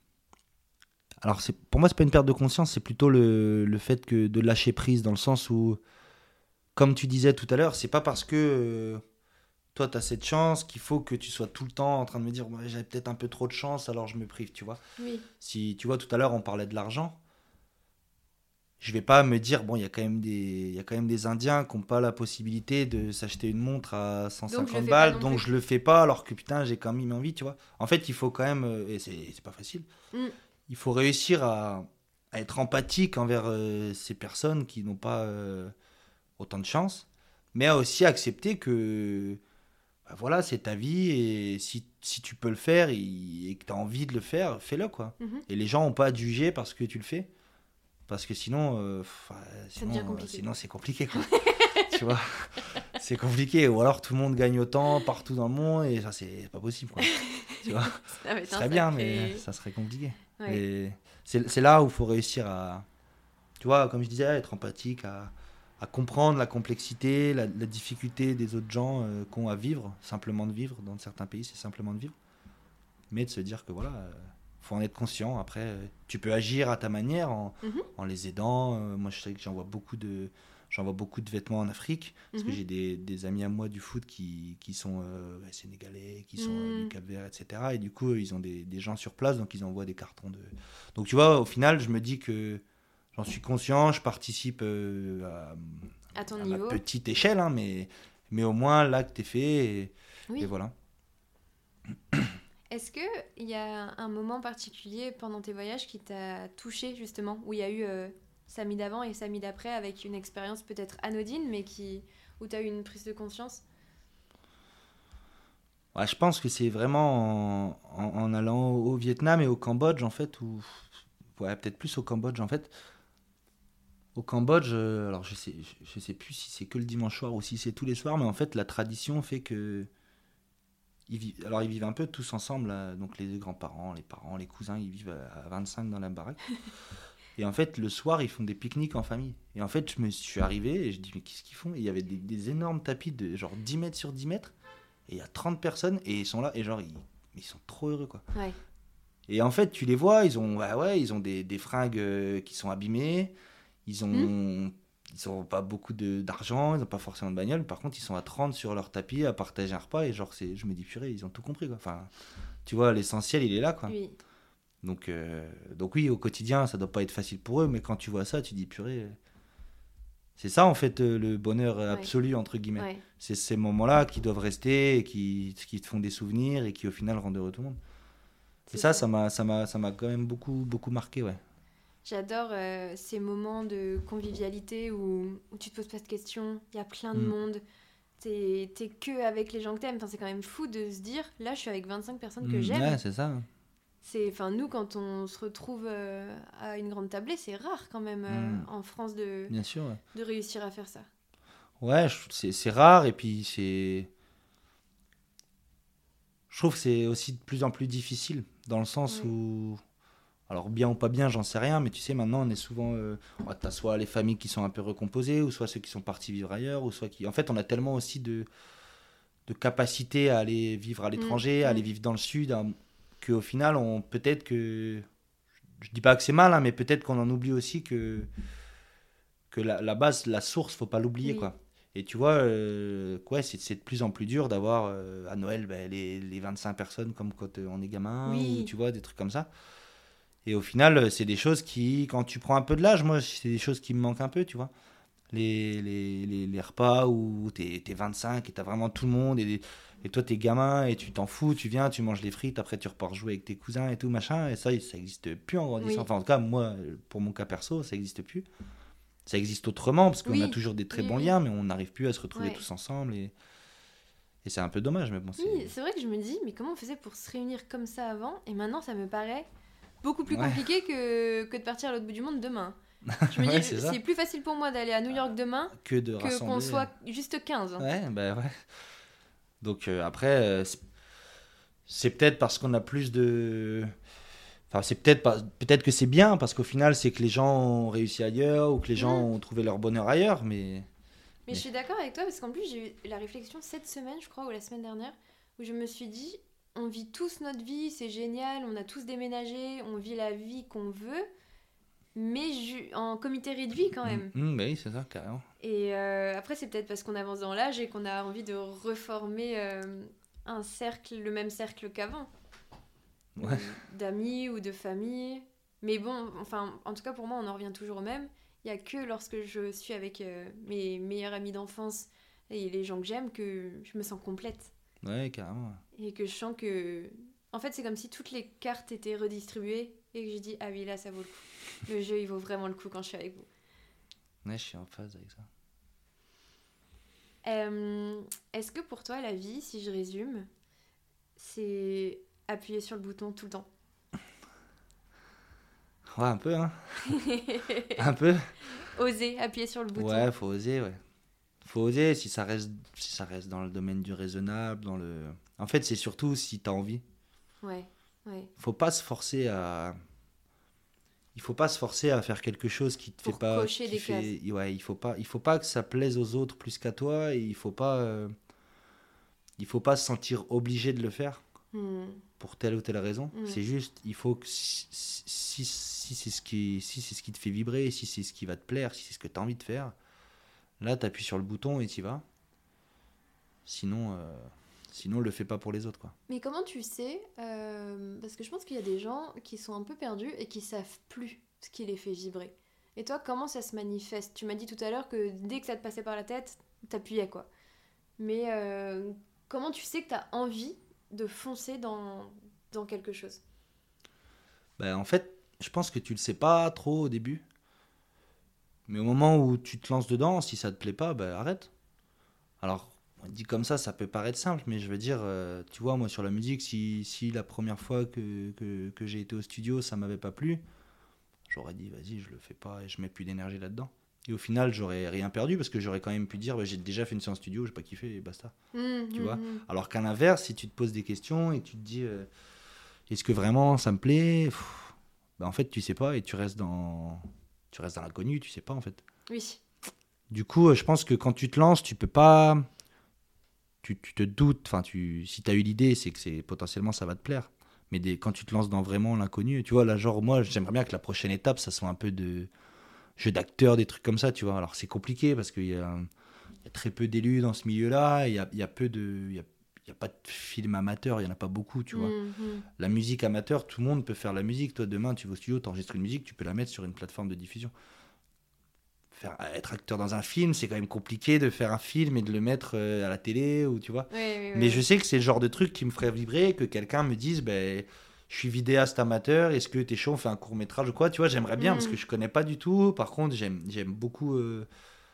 alors c'est pour moi, c'est pas une perte de conscience, c'est plutôt le, le fait que de lâcher prise dans le sens où comme tu disais tout à l'heure, c'est pas parce que euh, toi, tu as cette chance qu'il faut que tu sois tout le temps en train de me dire ouais, j'avais peut-être un peu trop de chance, alors je me prive, tu vois. Oui. Si tu vois, tout à l'heure, on parlait de l'argent. Je vais pas me dire, bon, il y a quand même des, il y a quand même des Indiens qui n'ont pas la possibilité de s'acheter une montre à Donc je le cent cinquante fais pas balles, non donc plus. je le fais pas, alors que putain, j'ai quand même envie, tu vois. En fait, il faut quand même, euh, et c'est, c'est pas facile, Mm. il faut réussir à, à être empathique envers euh, ces personnes qui n'ont pas euh, autant de chance, mais à aussi accepter que, bah voilà, c'est ta vie, et si, si tu peux le faire et, et que tu as envie de le faire, fais-le, quoi. Mhm. Et les gens n'ont pas à te juger parce que tu le fais. Parce que sinon, euh, pff, euh, Ça devient sinon, euh, compliqué. sinon c'est compliqué, quoi. Tu vois, c'est compliqué. Ou alors tout le monde gagne autant partout dans le monde et ça, c'est pas possible, quoi. Tu vois, Ça va ce être un serait bien, sacré- mais ça serait compliqué. Ouais. Et c'est, c'est là où il faut réussir à, tu vois, comme je disais, être empathique, à, à comprendre la complexité, la, la difficulté des autres gens euh, qu'ont à vivre, simplement de vivre. Dans certains pays, c'est simplement de vivre. Mais de se dire que voilà, euh, faut en être conscient. Après, euh, tu peux agir à ta manière en, Mhm. en les aidant. Euh, moi, je sais que j'envoie beaucoup de, j'envoie beaucoup de vêtements en Afrique parce que Mhm. j'ai des, des amis à moi du foot qui, qui sont euh, ouais, sénégalais, qui sont euh, Mm. du Cap-Vert, et cetera. Et du coup, ils ont des, des gens sur place, donc ils envoient des cartons de. Donc tu vois, au final, je me dis que j'en suis conscient, je participe euh, à, À ton à ma niveau. petite échelle, hein, mais, mais au moins l'acte est fait et, Oui. et voilà. Est-ce qu'il y a un moment particulier pendant tes voyages qui t'a touché justement, où il y a eu euh, Samy d'avant et Samy d'après avec une expérience peut-être anodine, mais qui où tu as eu une prise de conscience? Ouais, je pense que c'est vraiment en, en- en allant au Vietnam et au Cambodge, en fait, ou ouais, peut-être plus au Cambodge, en fait. Au Cambodge, euh, alors je sais, je, je sais plus si c'est que le dimanche soir ou si c'est tous les soirs, mais en fait, la tradition fait que ils vivent, alors ils vivent un peu tous ensemble, là, donc les grands-parents, les parents, les cousins, ils vivent à à vingt-cinq dans la baraque. Et en fait, le soir, ils font des pique-niques en famille. Et en fait, je me suis arrivé et je dis, mais qu'est-ce qu'ils font? Et il y avait des, des énormes tapis de genre dix mètres sur dix mètres, et il y a trente personnes, et ils sont là, et genre, ils, ils sont trop heureux, quoi. Ouais. Et en fait, tu les vois, ils ont, bah ouais, ils ont des, des fringues euh, qui sont abîmées, ils Hmm. ont, ils ont pas beaucoup de, d'argent, ils n'ont pas forcément de bagnole. Par contre, ils sont à trente sur leur tapis à partager un repas, et genre, c'est, je me dis, purée, ils ont tout compris, quoi. Enfin, tu vois, l'essentiel, il est là, quoi. Oui. Donc, euh, donc oui, au quotidien, ça doit pas être facile pour eux, mais quand tu vois ça, tu dis, purée, euh, c'est ça, en fait, euh, le bonheur euh, Ouais. absolu, entre guillemets. Ouais. C'est ces moments-là qui doivent rester, et qui, qui te font des souvenirs, et qui, au final, rendent heureux tout le monde. Et C'est ça, ça. ça m'a, ça m'a, ça m'a quand même beaucoup, beaucoup marqué, ouais. J'adore euh, ces moments de convivialité où, où tu te poses pas de questions, il y a plein de Mm. monde, t'es, t'es que avec les gens que t'aimes. Enfin, c'est quand même fou de se dire, là je suis avec vingt-cinq personnes que Mm, j'aime. ouais, c'est ça. C'est, enfin, nous, quand on se retrouve euh, à une grande tablée, c'est rare quand même euh, Mm. en France de, Bien sûr. Ouais, de réussir à faire ça. ouais je- c'est, c'est rare, et puis c'est. Je trouve que c'est aussi de plus en plus difficile, dans le sens Ouais. où. Alors, bien ou pas bien, j'en sais rien, mais tu sais, maintenant, on est souvent. Euh, ouais, t'as soit les familles qui sont un peu recomposées, ou soit ceux qui sont partis vivre ailleurs, ou soit qui. En fait, on a tellement aussi de, de capacité à aller vivre à l'étranger, Mm, à mm. aller vivre dans le sud, hein, qu'au final, on peut-être que. Je dis pas que c'est mal, hein, mais peut-être qu'on en oublie aussi que, que la, la base, la source, faut pas l'oublier, Oui. quoi. Et tu vois, euh, ouais, c'est, c'est de plus en plus dur d'avoir euh, à Noël ben, les, les vingt-cinq personnes comme quand euh, on est gamin, ou Oui. tu vois, des trucs comme ça. Et au final, euh, c'est des choses qui, quand tu prends un peu de l'âge, moi, c'est des choses qui me manquent un peu, tu vois. Les, les, les, les repas où t'es, t'es vingt-cinq et t'as vraiment tout le monde, et, et toi t'es gamin et tu t'en fous, tu viens, tu manges les frites, après tu repars jouer avec tes cousins et tout, machin, et ça, ça existe plus en grandissant. Oui. Enfin, en tout cas, moi, pour mon cas perso, ça existe plus. Ça existe autrement, parce qu'on a Oui. toujours des très Oui, bons oui. liens, mais on n'arrive plus à se retrouver Ouais. tous ensemble, et, et c'est un peu dommage, mais bon, c'est... Oui, c'est vrai que je me dis, mais comment on faisait pour se réunir comme ça avant? Et maintenant, ça me paraît beaucoup plus Ouais. compliqué que, que de partir à l'autre bout du monde demain. Je me Ouais, dis, c'est ça. c'est plus facile pour moi d'aller à New York demain Que de que qu'on rassembler. soit juste quinze. Ouais, bah ouais. Donc euh, après, euh, c'est, c'est peut-être parce qu'on a plus de... Enfin, c'est peut-être pas... peut-être que c'est bien, parce qu'au final, c'est que les gens ont réussi ailleurs, ou que les gens Mm. ont trouvé leur bonheur ailleurs, mais... Mais Mais- je suis d'accord avec toi parce qu'en plus, j'ai eu la réflexion cette semaine, je crois, ou la semaine dernière, où je me suis dit, on vit tous notre vie, c'est génial, on a tous déménagé, on vit la vie qu'on veut. mais ju- en comité réduit quand même. Mmh, mmh, bah oui, c'est ça, carrément. Et euh, après, c'est peut-être parce qu'on avance dans l'âge et qu'on a envie de reformer euh, un cercle, le même cercle qu'avant. Ouais. D'amis ou de famille. Mais bon, enfin, en tout cas pour moi, on en revient toujours au même. Il n'y a que lorsque je suis avec euh, mes meilleurs amis d'enfance et les gens que j'aime que je me sens complète. Ouais, carrément. Et que je sens que... En fait, c'est comme si toutes les cartes étaient redistribuées et que j'ai dit, ah oui, là, ça vaut le coup. Le jeu, il vaut vraiment le coup quand je suis avec vous. Ouais, je suis en phase avec ça. Euh, est-ce que pour toi, la vie, si je résume, c'est appuyer sur le bouton tout le temps? Ouais, un peu, hein. Un peu. Oser appuyer sur le bouton. Ouais, faut oser, ouais. Faut oser si ça reste, si ça reste dans le domaine du raisonnable, dans le... En fait, c'est surtout si t'as envie. Ouais, ouais. Faut pas se forcer à... Il faut pas se forcer à faire quelque chose qui te Pour fait pas... cocher qui des fait... Ouais, il faut pas, il faut pas que ça plaise aux autres plus qu'à toi et il faut pas... euh, Il faut pas se sentir obligé de le faire Hmm. pour telle ou telle raison. Mm. C'est juste, il faut que si, si, si c'est ce qui, si c'est ce qui te fait vibrer, si c'est ce qui va te plaire, si c'est ce que tu as envie de faire, là, tu appuies sur le bouton et tu y vas. Sinon, euh, sinon, le fais pas pour les autres, quoi. Mais comment tu sais euh, parce que je pense qu'il y a des gens qui sont un peu perdus et qui savent plus ce qui les fait vibrer. Et toi, comment ça se manifeste? Tu m'as dit tout à l'heure que dès que ça te passait par la tête, t'appuyais, quoi. Mais euh, comment tu sais que t'as envie de foncer dans, dans quelque chose? Ben, en fait, je pense que tu le sais pas trop au début. Mais au moment où tu te lances dedans, si ça te plaît pas, ben arrête. Alors, dit comme ça, ça peut paraître simple, mais je veux dire, euh, tu vois, moi sur la musique, si, si la première fois que, que, que j'ai été au studio, ça m'avait pas plu, j'aurais dit, vas-y, je le fais pas et je mets plus d'énergie là-dedans. Et au final, j'aurais rien perdu parce que j'aurais quand même pu dire, bah, j'ai déjà fait une séance studio, j'ai pas kiffé et basta. Mmh, Tu mmh, vois. mmh. Alors qu'à l'inverse, si tu te poses des questions et que tu te dis, euh, est-ce que vraiment ça me plaît? Pff, bah, en fait, tu sais pas et tu restes dans, tu restes dans l'inconnu, tu sais pas en fait. Oui. Du coup, euh, je pense que quand tu te lances, tu peux pas. Tu, tu te doutes, enfin, tu, si tu as eu l'idée, c'est que c'est, potentiellement ça va te plaire. Mais des, quand tu te lances dans vraiment l'inconnu, tu vois, là, genre, moi, j'aimerais bien que la prochaine étape, ça soit un peu de jeu d'acteur, des trucs comme ça, tu vois. Alors, c'est compliqué parce qu'il y a, il y a très peu d'élus dans ce milieu-là, il y a, il y a peu de. Il y a, il y a pas de films amateurs, il n'y en a pas beaucoup, tu vois. Mmh, mmh. La musique amateur, tout le monde peut faire la musique. Toi, demain, tu vas au studio, tu enregistres une musique, tu peux la mettre sur une plateforme de diffusion. Faire, être acteur dans un film, c'est quand même compliqué de faire un film et de le mettre euh, à la télé, ou tu vois. Oui, oui, oui, Mais oui. je sais que c'est le genre de truc qui me ferait vibrer, que quelqu'un me dise, ben, je suis vidéaste amateur, est-ce que t'es chaud, on fait un court métrage ou quoi, tu vois, j'aimerais bien, Mm. parce que je connais pas du tout. Par contre, j'aime, j'aime beaucoup... euh,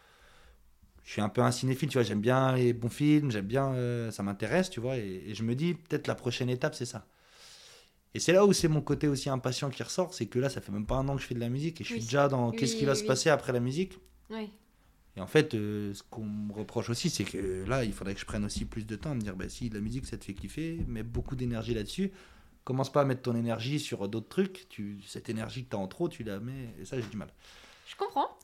je suis un peu un cinéphile, tu vois, j'aime bien les bons films, j'aime bien... euh, ça m'intéresse, tu vois, et, et je me dis, peut-être la prochaine étape, c'est ça. Et c'est là où c'est mon côté aussi impatient qui ressort, c'est que là, ça fait même pas un an que je fais de la musique, et je suis Oui. déjà dans Oui, qu'est-ce qui va oui, se oui. passer après la musique. Oui. Et en fait, euh, ce qu'on me reproche aussi, c'est que là, il faudrait que je prenne aussi plus de temps à me dire, bah, si la musique, ça te fait kiffer, mets beaucoup d'énergie là-dessus. Commence pas à mettre ton énergie sur d'autres trucs. Tu, cette énergie que tu as en trop, tu la mets. Et ça, j'ai du mal. Je comprends.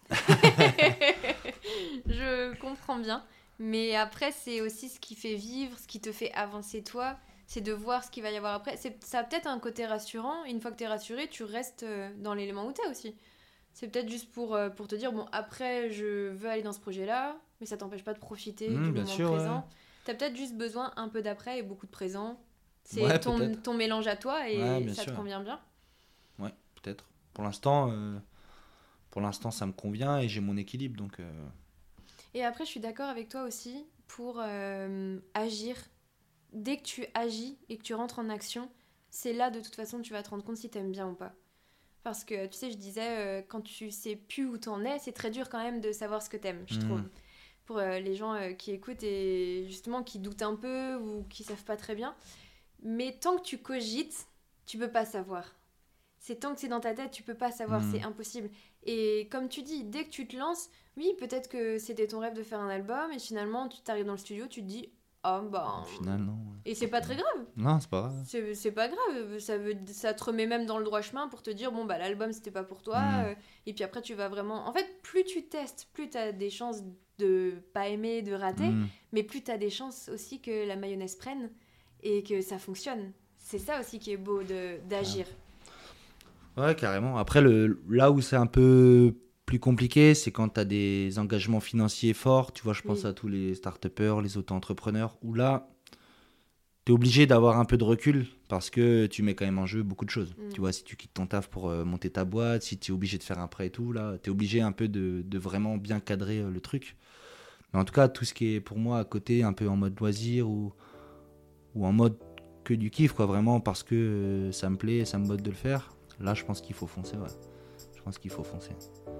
Je comprends bien. Mais après, c'est aussi ce qui fait vivre, ce qui te fait avancer toi. C'est de voir ce qu'il va y avoir après. C'est, ça a peut-être un côté rassurant. Une fois que tu es rassuré, tu restes euh, dans l'élément où tu es aussi. C'est peut-être juste pour, euh, pour te dire, bon, après, je veux aller dans ce projet-là, mais ça t'empêche pas de profiter Mmh, du bien moment sûr, ouais. présent. Tu as peut-être juste besoin un peu d'après et beaucoup de présent. C'est Ouais, ton, peut-être. ton mélange à toi et Ouais, bien ça sûr. te convient bien. Ouais, peut-être. Pour l'instant, euh, pour l'instant, ça me convient et j'ai mon équilibre. Donc, euh, Et après, je suis d'accord avec toi aussi pour euh, agir. Dès que tu agis et que tu rentres en action, c'est là de toute façon que tu vas te rendre compte si t'aimes bien ou pas. Parce que tu sais, je disais, euh, quand tu sais plus où t'en es, c'est très dur quand même de savoir ce que t'aimes, je Mhm. trouve. Pour euh, les gens euh, qui écoutent et justement qui doutent un peu ou qui savent pas très bien. Mais tant que tu cogites, tu peux pas savoir. C'est tant que c'est dans ta tête, tu peux pas savoir, Mhm. c'est impossible. Et comme tu dis, dès que tu te lances, oui, peut-être que c'était ton rêve de faire un album et finalement tu t'arrives dans le studio, tu te dis, oh bah. au final, non. Et c'est pas très grave. Non, c'est pas grave. C'est, c'est pas grave, ça, veut, ça te remet même dans le droit chemin pour te dire, bon bah l'album c'était pas pour toi. Mhm. euh, et puis après tu vas vraiment. En fait, plus tu testes, plus t'as des chances de pas aimer, de rater, Mhm. mais plus t'as des chances aussi que la mayonnaise prenne et que ça fonctionne. C'est ça aussi qui est beau de, d'agir. Ouais, carrément. Après, le, là où c'est un peu plus compliqué, c'est quand tu as des engagements financiers forts. Tu vois, je pense Oui. à tous les start-upers, les auto-entrepreneurs, où là, tu es obligé d'avoir un peu de recul parce que tu mets quand même en jeu beaucoup de choses. Mm. Tu vois, si tu quittes ton taf pour euh, monter ta boîte, si tu es obligé de faire un prêt et tout, là, tu es obligé un peu de, de vraiment bien cadrer euh, le truc. Mais en tout cas, tout ce qui est pour moi à côté, un peu en mode loisir ou, ou en mode que du kiff, quoi, vraiment, parce que euh, ça me plaît, ça me botte de le faire. Là, je pense qu'il faut foncer, ouais. Je pense qu'il faut foncer.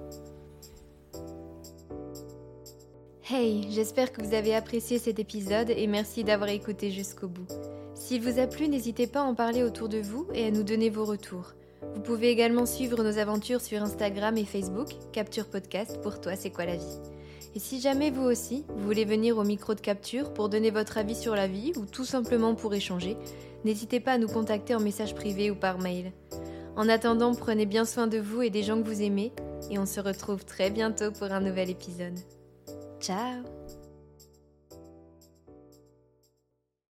Hey, j'espère que vous avez apprécié cet épisode et merci d'avoir écouté jusqu'au bout. S'il vous a plu, n'hésitez pas à en parler autour de vous et à nous donner vos retours. Vous pouvez également suivre nos aventures sur Instagram et Facebook, Capture Podcast, pour toi c'est quoi la vie. Et si jamais vous aussi, vous voulez venir au micro de Capture pour donner votre avis sur la vie ou tout simplement pour échanger, n'hésitez pas à nous contacter en message privé ou par mail. En attendant, prenez bien soin de vous et des gens que vous aimez et on se retrouve très bientôt pour un nouvel épisode. Ciao!